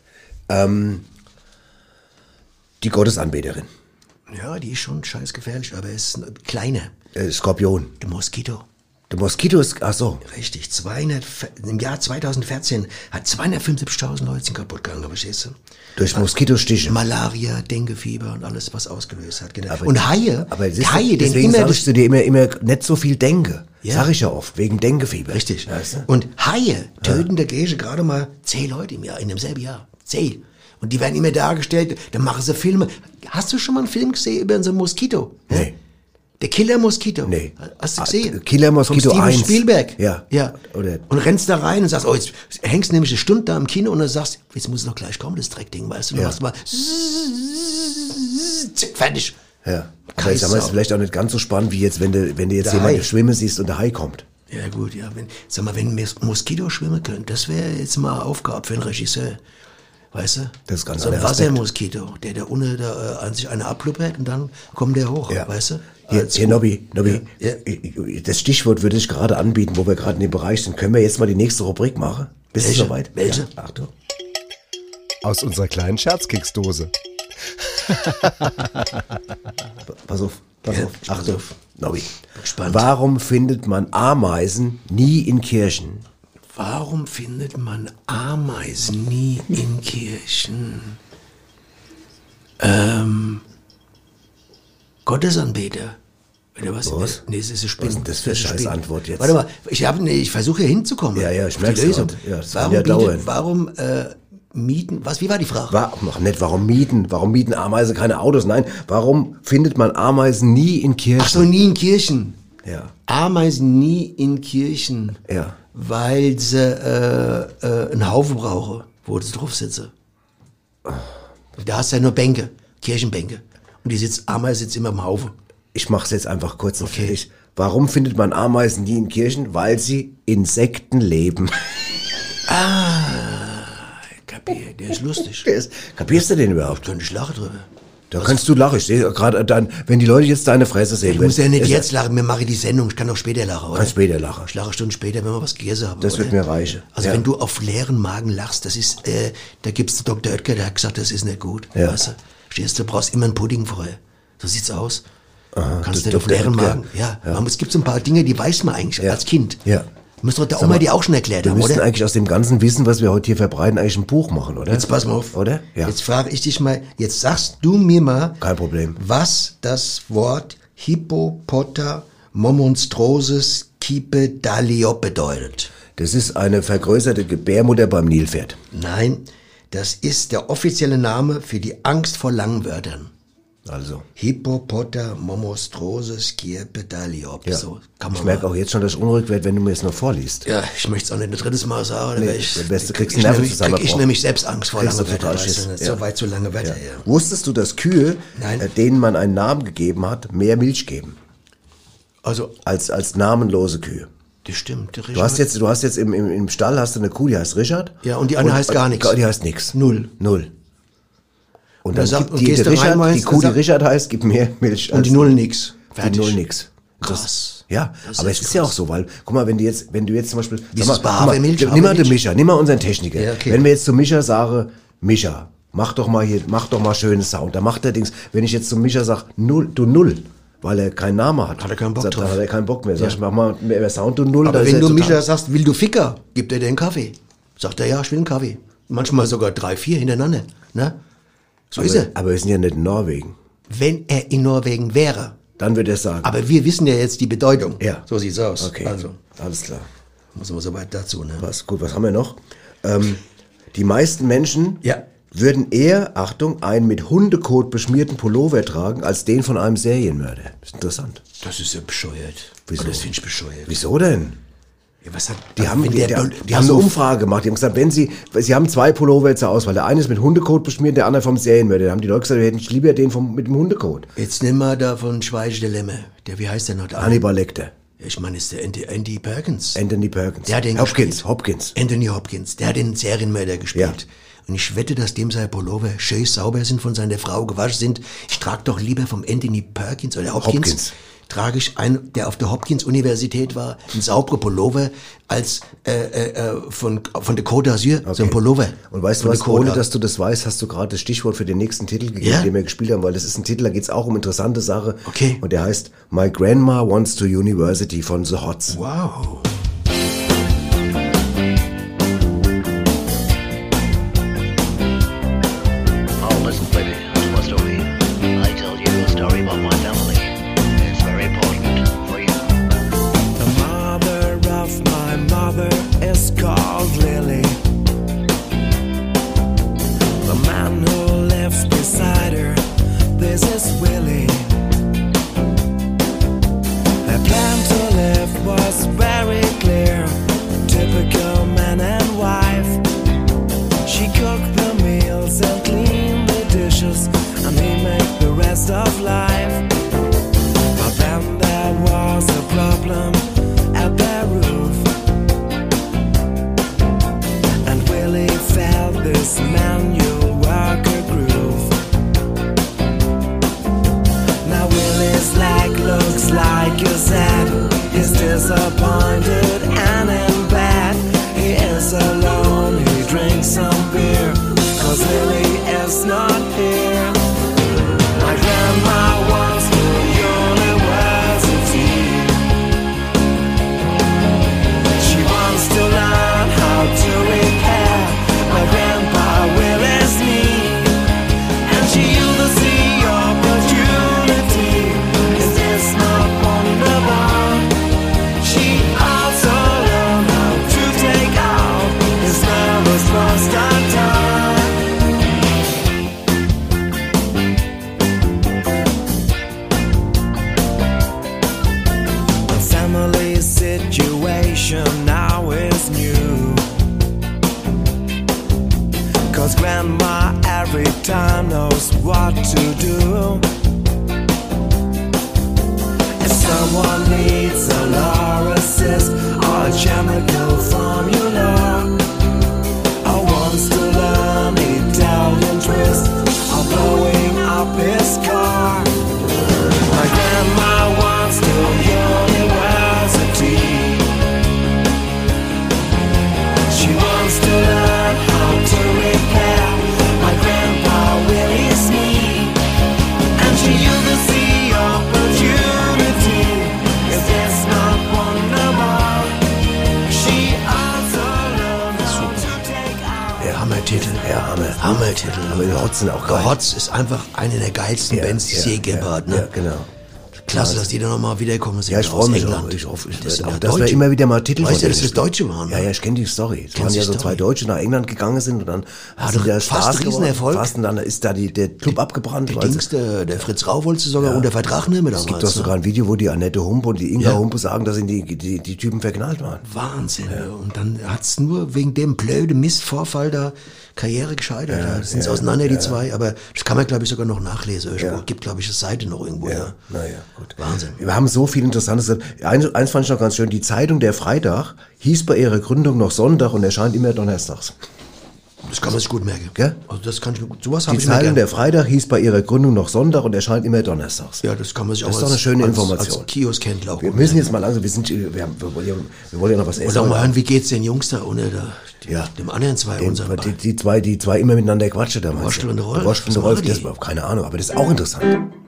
Die Gottesanbeterin. Ja, die ist schon scheiß gefährlich, aber es ist ein kleiner. Skorpion. Der Moskito. Der Moskito ist, ach so. Richtig, im Jahr 2014 hat 275.000 Leute kaputt gegangen, verstehst du? Durch Moskitostiche. Malaria, Denguefieber und alles, was ausgelöst hat. Genau. Und Haie, deswegen sagst du dir immer nicht so viel Dengue. Ja. Sag ich ja oft, wegen Denguefieber. Richtig. Weißt du? Und Haie töten der Gege gerade mal 10 Leute im Jahr, in demselben Jahr. 10. Und die werden immer dargestellt, dann machen sie Filme. Hast du schon mal einen Film gesehen über so einen Moskito? Nee. Der Killer-Moskito. Nee. Hast du gesehen? Killer-Moskito 1. Steven Spielberg. Ja. Oder und rennst da rein und sagst, jetzt hängst nämlich eine Stunde da im Kino und dann sagst, jetzt muss es noch gleich kommen, das Dreckding, weißt du? Und machst mal fertig. Ja. Aber ich sag mal, ist vielleicht auch nicht ganz so spannend, wie jetzt, wenn du jetzt jemanden schwimmen siehst und der Hai kommt. Ja gut, ja. Wenn Moskito schwimmen können, das wäre jetzt mal Aufgabe für einen Regisseur. Weißt du? Das ist ganz so ein Wassermoskito, der ohne an sich eine abluppert und dann kommt der hoch, weißt du? Hier Nobby, das Stichwort würde ich gerade anbieten, wo wir gerade in dem Bereich sind. Können wir jetzt mal die nächste Rubrik machen? Bist du soweit? Welche? Ja, Achtung. Aus unserer kleinen Scherzkeksdose. Pass auf. Achtung, Nobby. Warum findet man Ameisen nie in Kirchen? Warum findet man Ameisen nie in Kirchen? Gottesanbeter. Oder was? Nee, das ist eine Spinne. Was ist das für eine scheiß Antwort jetzt? Warte mal, ich versuche hier hinzukommen. Ja, ich merke es. Ja, warum mieten, wie war die Frage? Warum mieten Ameisen keine Autos? Nein, warum findet man Ameisen nie in Kirchen? Ach so, nie in Kirchen. Ja. Ameisen nie in Kirchen. Ja. Weil sie einen Haufen brauchen, wo sie drauf sitzen. Da hast du ja nur Bänke, Kirchenbänke. Und Ameise sitzt immer im Haufen. Ich mach's jetzt einfach kurz und fertig. Warum findet man Ameisen nie in Kirchen? Weil sie Insekten leben. Kapier, der ist lustig. Kapierst du den überhaupt? Könnte ich lachen drüber. Da kannst du lachen. Ich sehe gerade dann, wenn die Leute jetzt deine Fresse sehen. Ich muss ja nicht jetzt lachen, mir mache ich die Sendung, ich kann auch später lachen, oder? Kannst später lachen. Ich lache Stunden später, wenn wir was gegessen haben. Das wird mir reichen. Also wenn du auf leeren Magen lachst, das ist, da gibt's den Dr. Oetker, der hat gesagt, das ist nicht gut. Ja. Weißt du? Stehst du, brauchst immer einen Pudding vorher. So sieht's aus. Aha, kannst nicht auf leeren Magen. Ja. Es gibt so ein paar Dinge, die weiß man eigentlich als Kind. Ja. Müsste doch der Oma die auch schon erklärt haben, oder? Wir müssen eigentlich aus dem ganzen Wissen, was wir heute hier verbreiten, eigentlich ein Buch machen, oder? Jetzt pass mal auf. Oder? Ja. Jetzt frage ich dich mal, jetzt sagst du mir mal. Kein Problem. Was das Wort Hippopotamonstroses Kipedaliop bedeutet. Das ist eine vergrößerte Gebärmutter beim Nilpferd. Nein, das ist der offizielle Name für die Angst vor langen Wörtern. Also. Hippopotamonstroses Kipedaliop. Ja. So kann man ich merke auch jetzt schon, dass ich unruhig werde, wenn du mir das noch vorliest. Ja, ich möchte es auch nicht ein drittes Mal sagen. Nee, du kriegst Nervenzusammenbruch. Ich nämlich selbst Angst vor langen Wörtern. So weit zu lange Wörter. Ja. Wusstest du, dass Kühe, denen man einen Namen gegeben hat, mehr Milch geben? Also als namenlose Kühe. Das stimmt. Du hast jetzt im Stall hast du eine Kuh, die heißt Richard. Ja, und die andere heißt gar nichts. Die heißt nichts. Null. Und dann gibt die Kuh, die Richard heißt, gibt mehr Milch. Und die Null nix. Die Null nix. Krass. Ja, aber es ist ja auch so, weil, guck mal, wenn du jetzt zum Beispiel, nimm mal den Micha, nimm mal unseren Techniker. Ja, okay. Wenn wir jetzt zu Micha sagen, Micha, mach doch mal schönen Sound, da macht er Dings. Wenn ich jetzt zu Micha sage, Null, weil er keinen Namen hat. Hat er keinen Bock drauf. Dann hat er keinen Bock mehr. Sag ich, mach mal mehr Sound, du Null. Aber wenn du Micha sagst, will du Ficker, gibt er dir einen Kaffee. Sagt er, ja, ich will einen Kaffee. Manchmal sogar 3, 4 hintereinander, ne? So ist er. Aber wir sind ja nicht in Norwegen. Wenn er in Norwegen wäre. Dann würde er sagen. Aber wir wissen ja jetzt die Bedeutung. Ja. So sieht's aus. Okay. Also. Alles klar. Muss man so weit dazu, ne? Was haben wir noch? Die meisten Menschen würden eher, Achtung, einen mit Hundekot beschmierten Pullover tragen, als den von einem Serienmörder. Das ist interessant. Das ist ja bescheuert. Wieso? Das finde ich bescheuert. Wieso denn? Ja, was hat, die haben eine Umfrage gemacht. Die haben gesagt, sie haben 2 Pullover zur Auswahl. Der eine ist mit Hundekot beschmiert, der andere vom Serienmörder. Da haben die Leute gesagt, wir hätten lieber den mit dem Hundekot. Jetzt nimm mal da von Schweige der Lämme. Wie heißt der noch? Hannibal Lecter. Ich meine, ist der Andy Perkins. Anthony Perkins. Der hat den Hopkins. Anthony Hopkins. Der hat den Serienmörder gespielt. Ja. Und ich wette, dass dem seine Pullover schön sauber sind, von seiner Frau gewaschen sind. Ich trage doch lieber vom Anthony Perkins oder Hopkins trage ich einen, der auf der Hopkins-Universität war, einen sauberen Pullover als von der Côte d'Azur, so ein Pullover. Und weißt du was, ohne dass du das weißt, hast du gerade das Stichwort für den nächsten Titel gegeben, den wir gespielt haben, weil das ist ein Titel, da geht's auch um interessante Sache. Okay. Und der heißt My Grandma Wants to University von The Hots. Wow. Hammertitel. Aber die Hots sind auch geil. Hotz ist einfach eine der geilsten Bands, die es je gegeben hat. Ne? Ja, genau. Klasse, dass die dann nochmal wiederkommen sind. Ja, ich freue mich auch. Ich hoffe, dass wir immer wieder mal Titel weißt du, dass das Deutsche waren? Ja, ich kenne die Story. Es waren ja so zwei Deutsche nach England gegangen sind und dann hat der fast Riesenerfolg. Fast und dann ist da der Club abgebrannt. Der Fritz Rau wollte sogar unter Vertrag nehmen damals. Es gibt doch sogar ein Video, wo die Annette Humpe und die Inga Humpe sagen, dass ihnen die Typen verknallt waren. Wahnsinn. Ja. Und dann hat's nur wegen dem blöden Mistvorfall da Karriere gescheitert. Ja, sind sie auseinander, die zwei. Aber das kann man, glaube ich, sogar noch nachlesen. Gibt, glaube ich, eine Seite noch irgendwo. Ja. Naja, gut. Wahnsinn. Wir haben so viel Interessantes. Eins fand ich noch ganz schön. Die Zeitung Der Freitag hieß bei ihrer Gründung noch Sonntag und erscheint immer donnerstags. Das kann man sich gut merken. Gell? Also das kann ich mir gut. Sowas Die Zeitung Der Freitag hieß bei ihrer Gründung noch Sonntag und erscheint immer donnerstags. Ja, das kann man sich auch das ist doch eine schöne Information. Als Kiosk-Händler auch. Wir müssen jetzt mal langsam, wir wollen ja noch was essen. Oder mal hören, wie geht's den Jungs da ohne dem anderen zwei? Die zwei immer miteinander quatschen da. Waschel und Rolf. Waschel und Rolf, das war keine Ahnung, aber das ist auch interessant.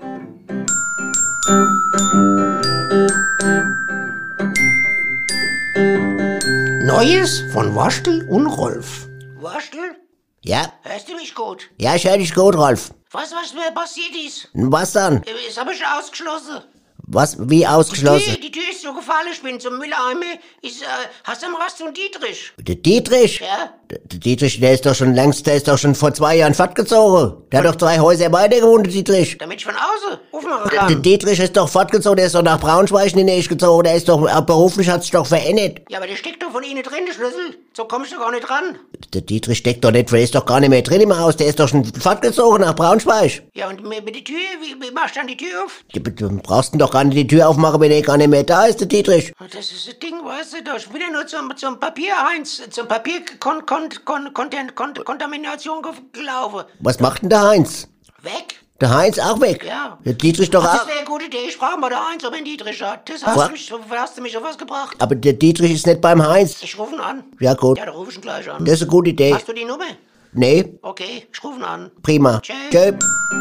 Neues von Waschel und Rolf. Waschel? Ja? Hörst du mich gut? Ja, ich höre dich gut, Rolf. Weißt du, was mir passiert ist? Was dann? Das habe ich ausgeschlossen. Was? Wie ausgeschlossen? Die Tür ist so gefallen, ich bin zum Mülleimer. Hast du am Rast und Dietrich? Der Dietrich? Ja? Der Dietrich, der ist doch schon vor 2 Jahren fortgezogen. Der hat doch 3 Häuser weiter gewohnt, der Dietrich. Damit ich von außen aufmachen kann. Der Dietrich ist doch fortgezogen, der ist doch nach Braunschweig in die Nähe gezogen, der ist doch, beruflich hat sich doch verändert. Ja, aber der steckt doch von Ihnen drin, der Schlüssel. So komm ich doch gar nicht ran. Der Dietrich steckt doch nicht, der ist doch gar nicht mehr drin im Haus, der ist doch schon fortgezogen nach Braunschweig. Ja, und mit der Tür, wie machst du dann die Tür auf? Du brauchst ihn doch gar nicht die Tür aufmachen, wenn er gar nicht mehr da ist, der Dietrich. Das ist das Ding, weißt du, da ist wieder nur zum Papier-Heinz, zum Papierkontamination gelaufen. Was macht denn der Heinz? Weg? Der Heinz auch weg? Ja. Der Dietrich doch Das auch? wäre eine gute Idee. Ich frage mal der Heinz, ob er einen Dietrich hat. Das hast du mich auf was gebracht. Aber der Dietrich ist nicht beim Heinz. Ich rufe ihn an. Ja, gut. Ja, dann rufe ich ihn gleich an. Das ist eine gute Idee. Hast du die Nummer? Nee, Okay, ich rufe ihn an. prima. Tschüss. Tschö.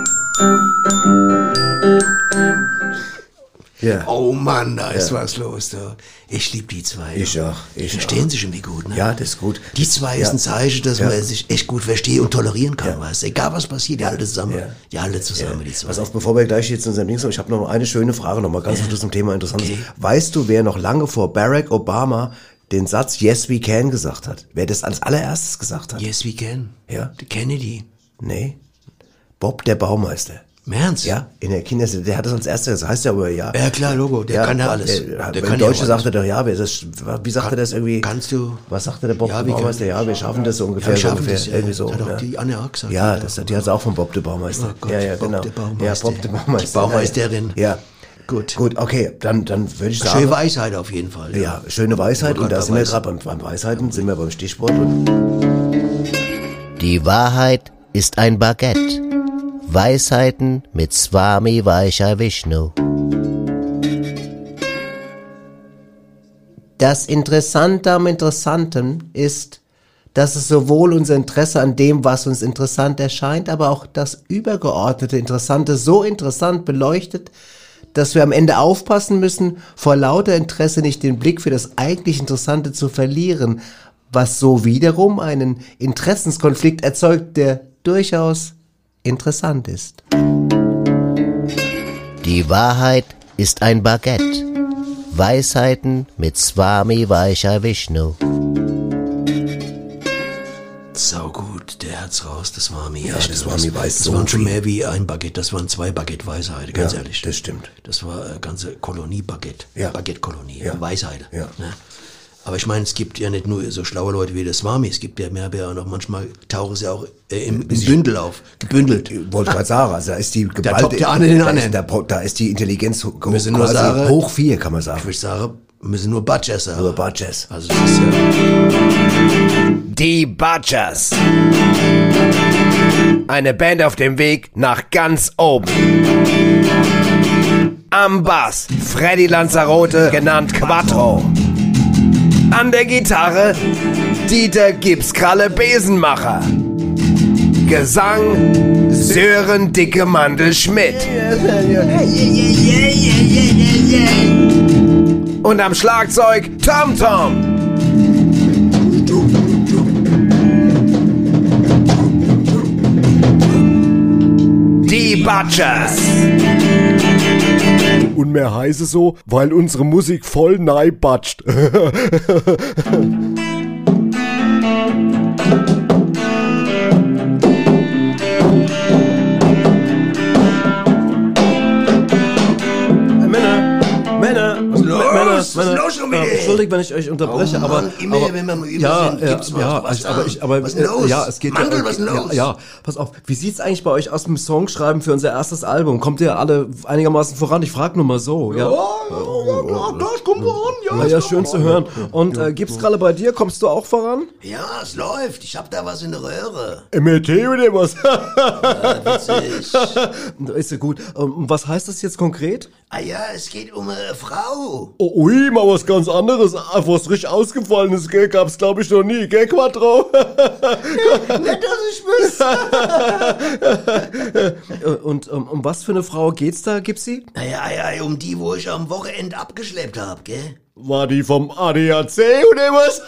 Ja. Oh Mann, da ist was los, da. Ich liebe die zwei. Ich auch. Verstehen sich irgendwie gut, ne? Ja, das ist gut. Die zwei ist ein Zeichen, dass man sich echt gut versteht und tolerieren kann, weißt du? Egal was passiert, die halten zusammen. Ja. Die halten zusammen, die zwei. Pass auf, bevor wir gleich jetzt zu unserem Ding kommen, ich habe noch eine schöne Frage, noch mal ganz kurz zum Thema Interessantes. Okay. Weißt du, wer noch lange vor Barack Obama den Satz Yes, we can gesagt hat? Wer das als allererstes gesagt hat? Yes, we can. Ja? Die Kennedy. Nee. Bob, der Baumeister. Im Ernst? Ja, in der Kinderserie, der hat das als erstes, das heißt ja aber ja. Ja, klar, Logo, der kann ja alles. Der kann Deutsche sagte doch, ja, wie sagt er das irgendwie? Kannst du? Was sagte der Bob Ja, der Baumeister? Ja, wir schaffen das so ungefähr. wir schaffen ungefähr das, ja. irgendwie so. Das hat auch ja. die Anne auch gesagt. Ja, die hat es auch von Bob der Baumeister. Oh Gott, ja, Bob genau. der Baumeister. Ja, Bob der Baumeister. Die Baumeisterin. Ja. Gut. Gut, okay, dann würde ich sagen. Schöne Weisheit auf jeden Fall. Ja, schöne Weisheit. Und da sind wir gerade beim Weisheiten, sind wir beim Stichwort. Die Wahrheit ist ein Baguette. Weisheiten mit Swami Vaishya Vishnu. Das Interessante am Interessanten ist, dass es sowohl unser Interesse an dem, was uns interessant erscheint, aber auch das übergeordnete Interessante so interessant beleuchtet, dass wir am Ende aufpassen müssen, vor lauter Interesse nicht den Blick für das eigentlich Interessante zu verlieren, was so wiederum einen Interessenskonflikt erzeugt, der durchaus interessant ist. Die Wahrheit ist ein Baguette. Weisheiten mit Swami Vaishya Vishnu. Sau gut, der hat's raus, das war mir. Ja, das war mir weiß Das so waren schon viel. mehr wie ein Baguette, das waren 2 Baguette-Weisheiten, ganz Ja, ehrlich. das stimmt. Das war ganze Kolonie Baguette. Ja. Baguette-Kolonie, Ja. Weisheit. Ja. Ne? Aber ich meine, es gibt ja nicht nur so schlaue Leute wie der Swami, es gibt ja mehr, noch manchmal tauchen sie auch im Bündel auf, gebündelt. Ich wollte gerade sagen, also da ist die Da toppt der eine den anderen. Da ist die Intelligenz Müssen nur sagen, hoch 4, kann man sagen. Ich würde sagen, müssen nur Budgets sagen. Nur Budgets. Also das ist ja... Die Butchers. Eine Band auf dem Weg nach ganz oben. Am Bass Freddy Lanzarote, genannt Quattro. An der Gitarre Dieter Gipskralle Besenmacher. Gesang Sören Dicke Mandel Schmidt. Und am Schlagzeug Tom Tom. Die Butchers. Und mehr heiße so, weil unsere Musik voll nei batscht. Was ist los schon wieder? Entschuldigt, wenn ich euch unterbreche, Oh Mann, immer, wenn wir mal über sind, gibt's was. Was ist los? ja, es geht Mandel, was ist los? Ja, pass auf, wie sieht's eigentlich bei euch aus mit dem Songschreiben für unser erstes Album? Kommt ihr alle einigermaßen voran? Ich frag nur mal so, ja. Das kommt voran, Ja, schön zu hören. Und gibt's gerade bei dir? Kommst du auch voran? Ja, es läuft. Ich hab da was in der Röhre. MRT oder was? Witzig. Ist ja gut. Was heißt das jetzt konkret? Ah ja, es geht um eine Frau. Oh, ui, mal was ganz anderes. Was richtig ausgefallenes, gell, gab's glaube ich noch nie, gell, Quattro? Nicht, dass ich wüsste. Und um was für eine Frau geht's da, Gipsy? Naja, um die, wo ich am Wochenende abgeschleppt hab, gell? War die vom ADAC oder was?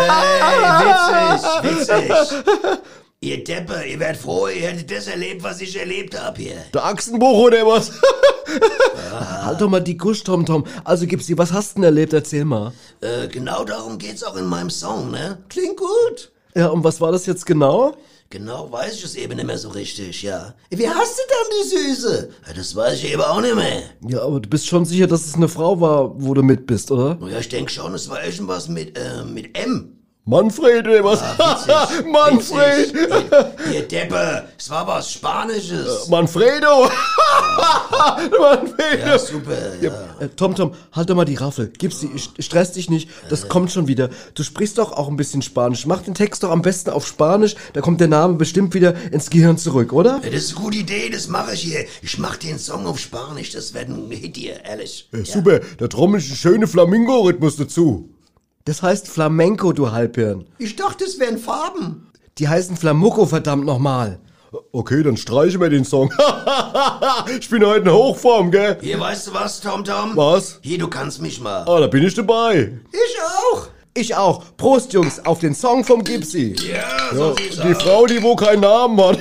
Hey, witzig. Ihr Deppe, ihr werdet froh, ihr hättet das erlebt, was ich erlebt hab hier. Der Achsenbruch oder was? Halt doch mal die Gusch, Tom. Also Gipsy, was hast du denn erlebt? Erzähl mal. Genau darum geht's auch in meinem Song, ne? Klingt gut. Ja, und was war das jetzt genau? Genau weiß ich es eben nicht mehr so richtig, ja. Wie hast du dann die Süße? Ja, das weiß ich eben auch nicht mehr. Ja, aber du bist schon sicher, dass es eine Frau war, wo du mit bist, oder? Ja, ich denke schon, es war irgendwas mit M. Manfred, oder was? Manfred! Ihr Deppe, es war was Spanisches. Manfredo! Manfredo! Ja, super, ja. Tom, halt doch mal die Raffel. Gib's die, stress dich nicht, das kommt schon wieder. Du sprichst doch auch ein bisschen Spanisch. Mach den Text doch am besten auf Spanisch, da kommt der Name bestimmt wieder ins Gehirn zurück, oder? Ja, das ist eine gute Idee, das mache ich hier. Ich mach den Song auf Spanisch, das wird ein Hit hier, ehrlich. Ja, super, da trommel ich einen schönen Flamingo-Rhythmus dazu. Das heißt Flamenco, du Halbhirn. Ich dachte, es wären Farben. Die heißen Flamucco, verdammt nochmal. Okay, dann streichen wir den Song. Ich bin heute in Hochform, gell? Hier, weißt du was, Tom? Was? Hier, du kannst mich mal. Ah, da bin ich dabei. Ich auch. Ich auch. Prost, Jungs, auf den Song vom Gypsy. Ja, so sieht's aus. Die Frau, die wo keinen Namen hat.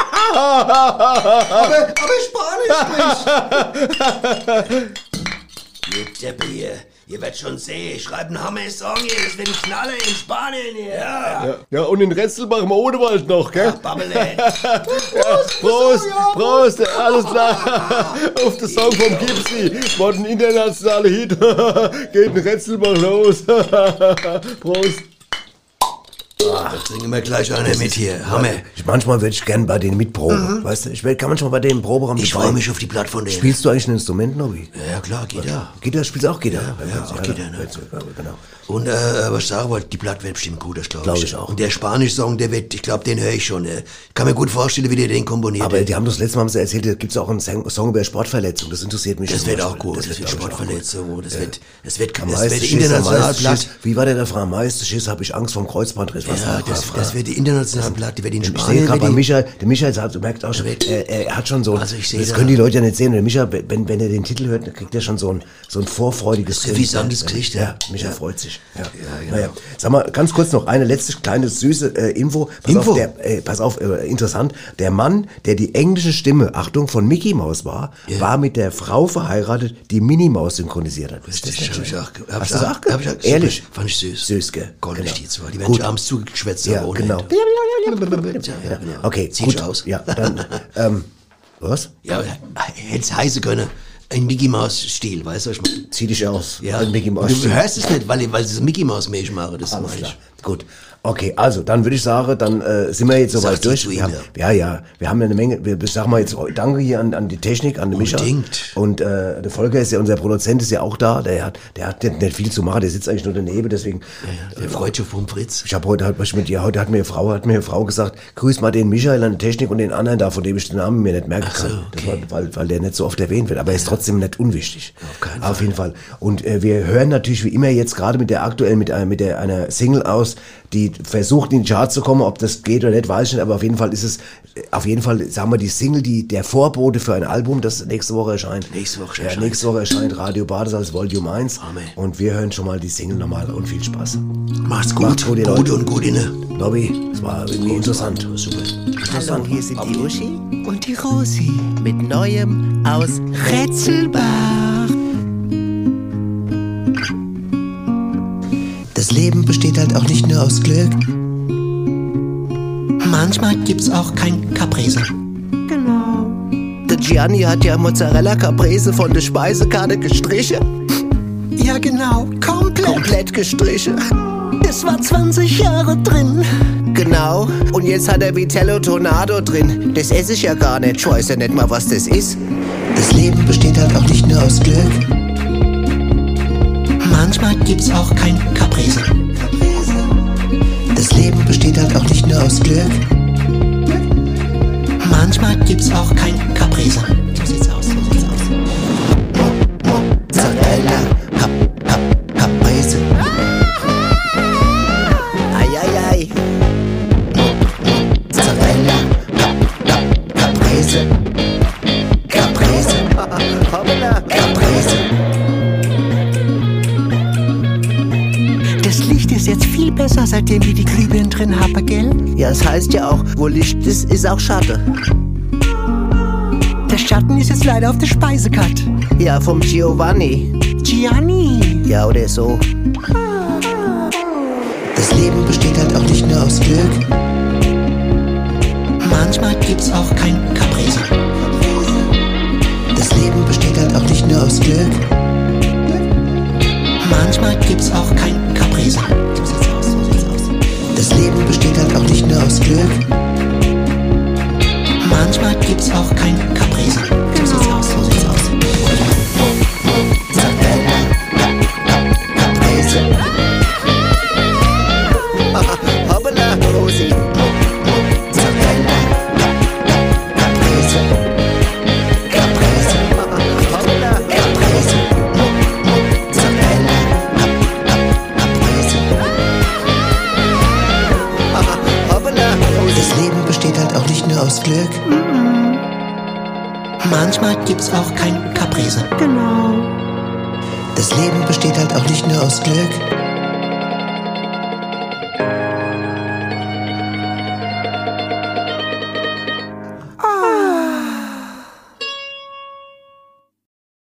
aber Spanisch spricht. Ihr Deppe hier. Ihr werdet schon sehen, ich schreibe einen Hammer-Song hier, das wird ein Knaller in Spanien hier. Ja, und in Retzelbach im Odewald noch, gell? Ach, Babbele. Prost, alles klar. Auf den Song vom Gypsy. War ein internationaler Hit. Geht in Retzelbach los. Prost. Da trinken wir gleich einer mit hier. Hammer. Manchmal würde ich gern bei denen mitproben. Weißt du, kann manchmal bei denen im Proberaum. Ich freue mich auf die Platte von denen. Spielst du eigentlich ein Instrument, Nobby? Ja, klar, Gitarre. Gitarre, spielst du auch Gitarre? Ja, auch Gitarre. Ne? Genau. Und was ich sagen wollte, die Platte wird bestimmt gut, das glaube ich auch. Und der Spanisch-Song, ich glaube, den höre ich schon. Ich kann mir gut vorstellen, wie der den komponiert. Aber die haben das letzte Mal erzählt, da gibt es auch einen Song über Sportverletzung. Das interessiert mich. Das wird auch gut. Das wird Sportverletzung. Das wird international Platte. Wie war der Frau? Am meisten Schiss habe ich Angst vom Kreuzbandriss. Ja, das wird die internationale Platte. Die wird in Spanien. Ich sehe gerade bei Michael, der Michael sagt, du merkst auch schon, er hat schon so, also das können die Leute ja nicht sehen. Der Michael, wenn er den Titel hört, dann kriegt er schon so ein vorfreudiges Gesicht. Wie sandes Gesicht, ja. Michael freut sich. Ja. Naja. Sag mal, ganz kurz noch eine letzte kleine süße Info. Pass auf, interessant. Der Mann, der die englische Stimme, Achtung, von Mickey Mouse war, war mit der Frau verheiratet, die Minnie Maus synchronisiert hat. Hast du das auch gehört? Ehrlich? Fand ich süß. Süß, gell? Goldig, die zwei. Die werden schon abends zugeschwätzt. Ja, genau. Okay, Sieht gut. aus. Ja, dann, was? Ja, hätte es heißen können. Ein Mickey Maus Stil, weißt du, was ich meine? Zieh dich aus. Ja. Ein Mickey Maus Du hörst es nicht, weil sie es Mickey Maus mäßig machen, das alles klar. Gut. Okay, also dann würde ich sagen, dann sind wir jetzt soweit durch. Wir haben eine Menge, wir sagen mal jetzt danke hier an die Technik, an den Micha. Und der Volker ist ja, unser Produzent ist ja auch da, der hat nicht viel zu machen, der sitzt eigentlich nur daneben, deswegen. Der freut sich vom Fritz. Ich habe heute hat mir eine Frau gesagt, grüß mal den Michael an der Technik und den anderen da, von dem ich den Namen mir nicht merken kann. Okay. Das war, weil der nicht so oft erwähnt wird, aber er ist trotzdem nicht unwichtig. Auf jeden Fall. Und wir hören natürlich wie immer jetzt gerade mit der aktuellen, mit einer Single aus, die versucht in die Charts zu kommen, ob das geht oder nicht, weiß ich nicht, aber auf jeden Fall ist es, sagen wir, die Single, der Vorbote für ein Album, das nächste Woche erscheint. Nächste Woche erscheint Radio Badesalz Volume 1. Amen. Und wir hören schon mal die Single nochmal und viel Spaß. Macht's gut, Gute und Gutine. Nobby, es war irgendwie interessant. Super. Hallo, hier sind die Uschi und die Rosi mit Neuem aus Retzelbach. Das Leben besteht halt auch nicht nur aus Glück. Manchmal gibt's auch kein Caprese. Genau. Der Gianni hat ja Mozzarella Caprese von der Speisekarte gestrichen. Ja, genau. Komplett gestrichen. Es war 20 Jahre drin. Genau. Und jetzt hat er Vitello Tornado drin. Das esse ich ja gar nicht. Ich weiß ja nicht mal, was das ist. Das Leben besteht halt auch nicht nur aus Glück. Manchmal gibt's auch kein Caprese. Das Leben besteht halt auch nicht nur aus Glück. Manchmal gibt's auch kein Caprese. So sieht's aus. Mozzarella, Caprese. Ai. Mozzarella, Caprese. Caprese. Das Licht ist jetzt viel besser, seitdem wir die Glühbirnen drin haben, gell? Ja, es heißt ja auch, wo Licht ist auch Schatten. Der Schatten ist jetzt leider auf der Speisekarte. Ja, vom Gianni. Ja, oder so. Das Leben besteht halt auch nicht nur aus Glück. Manchmal gibt's auch kein Caprese. Das Leben besteht halt auch nicht nur aus Glück. Manchmal gibt's auch kein Caprese. So sieht's aus. Das Leben besteht halt auch nicht nur aus Glück. Manchmal gibt's auch kein Caprese. So sieht's aus, so sieht's aus. Caprese. Hoppala, Rosi. Caprese. Caprese. Hoppala, Caprese. Das Leben besteht halt auch nicht nur aus Glück. Manchmal gibt's auch kein Caprese. Genau. Das Leben besteht halt auch nicht nur aus Glück.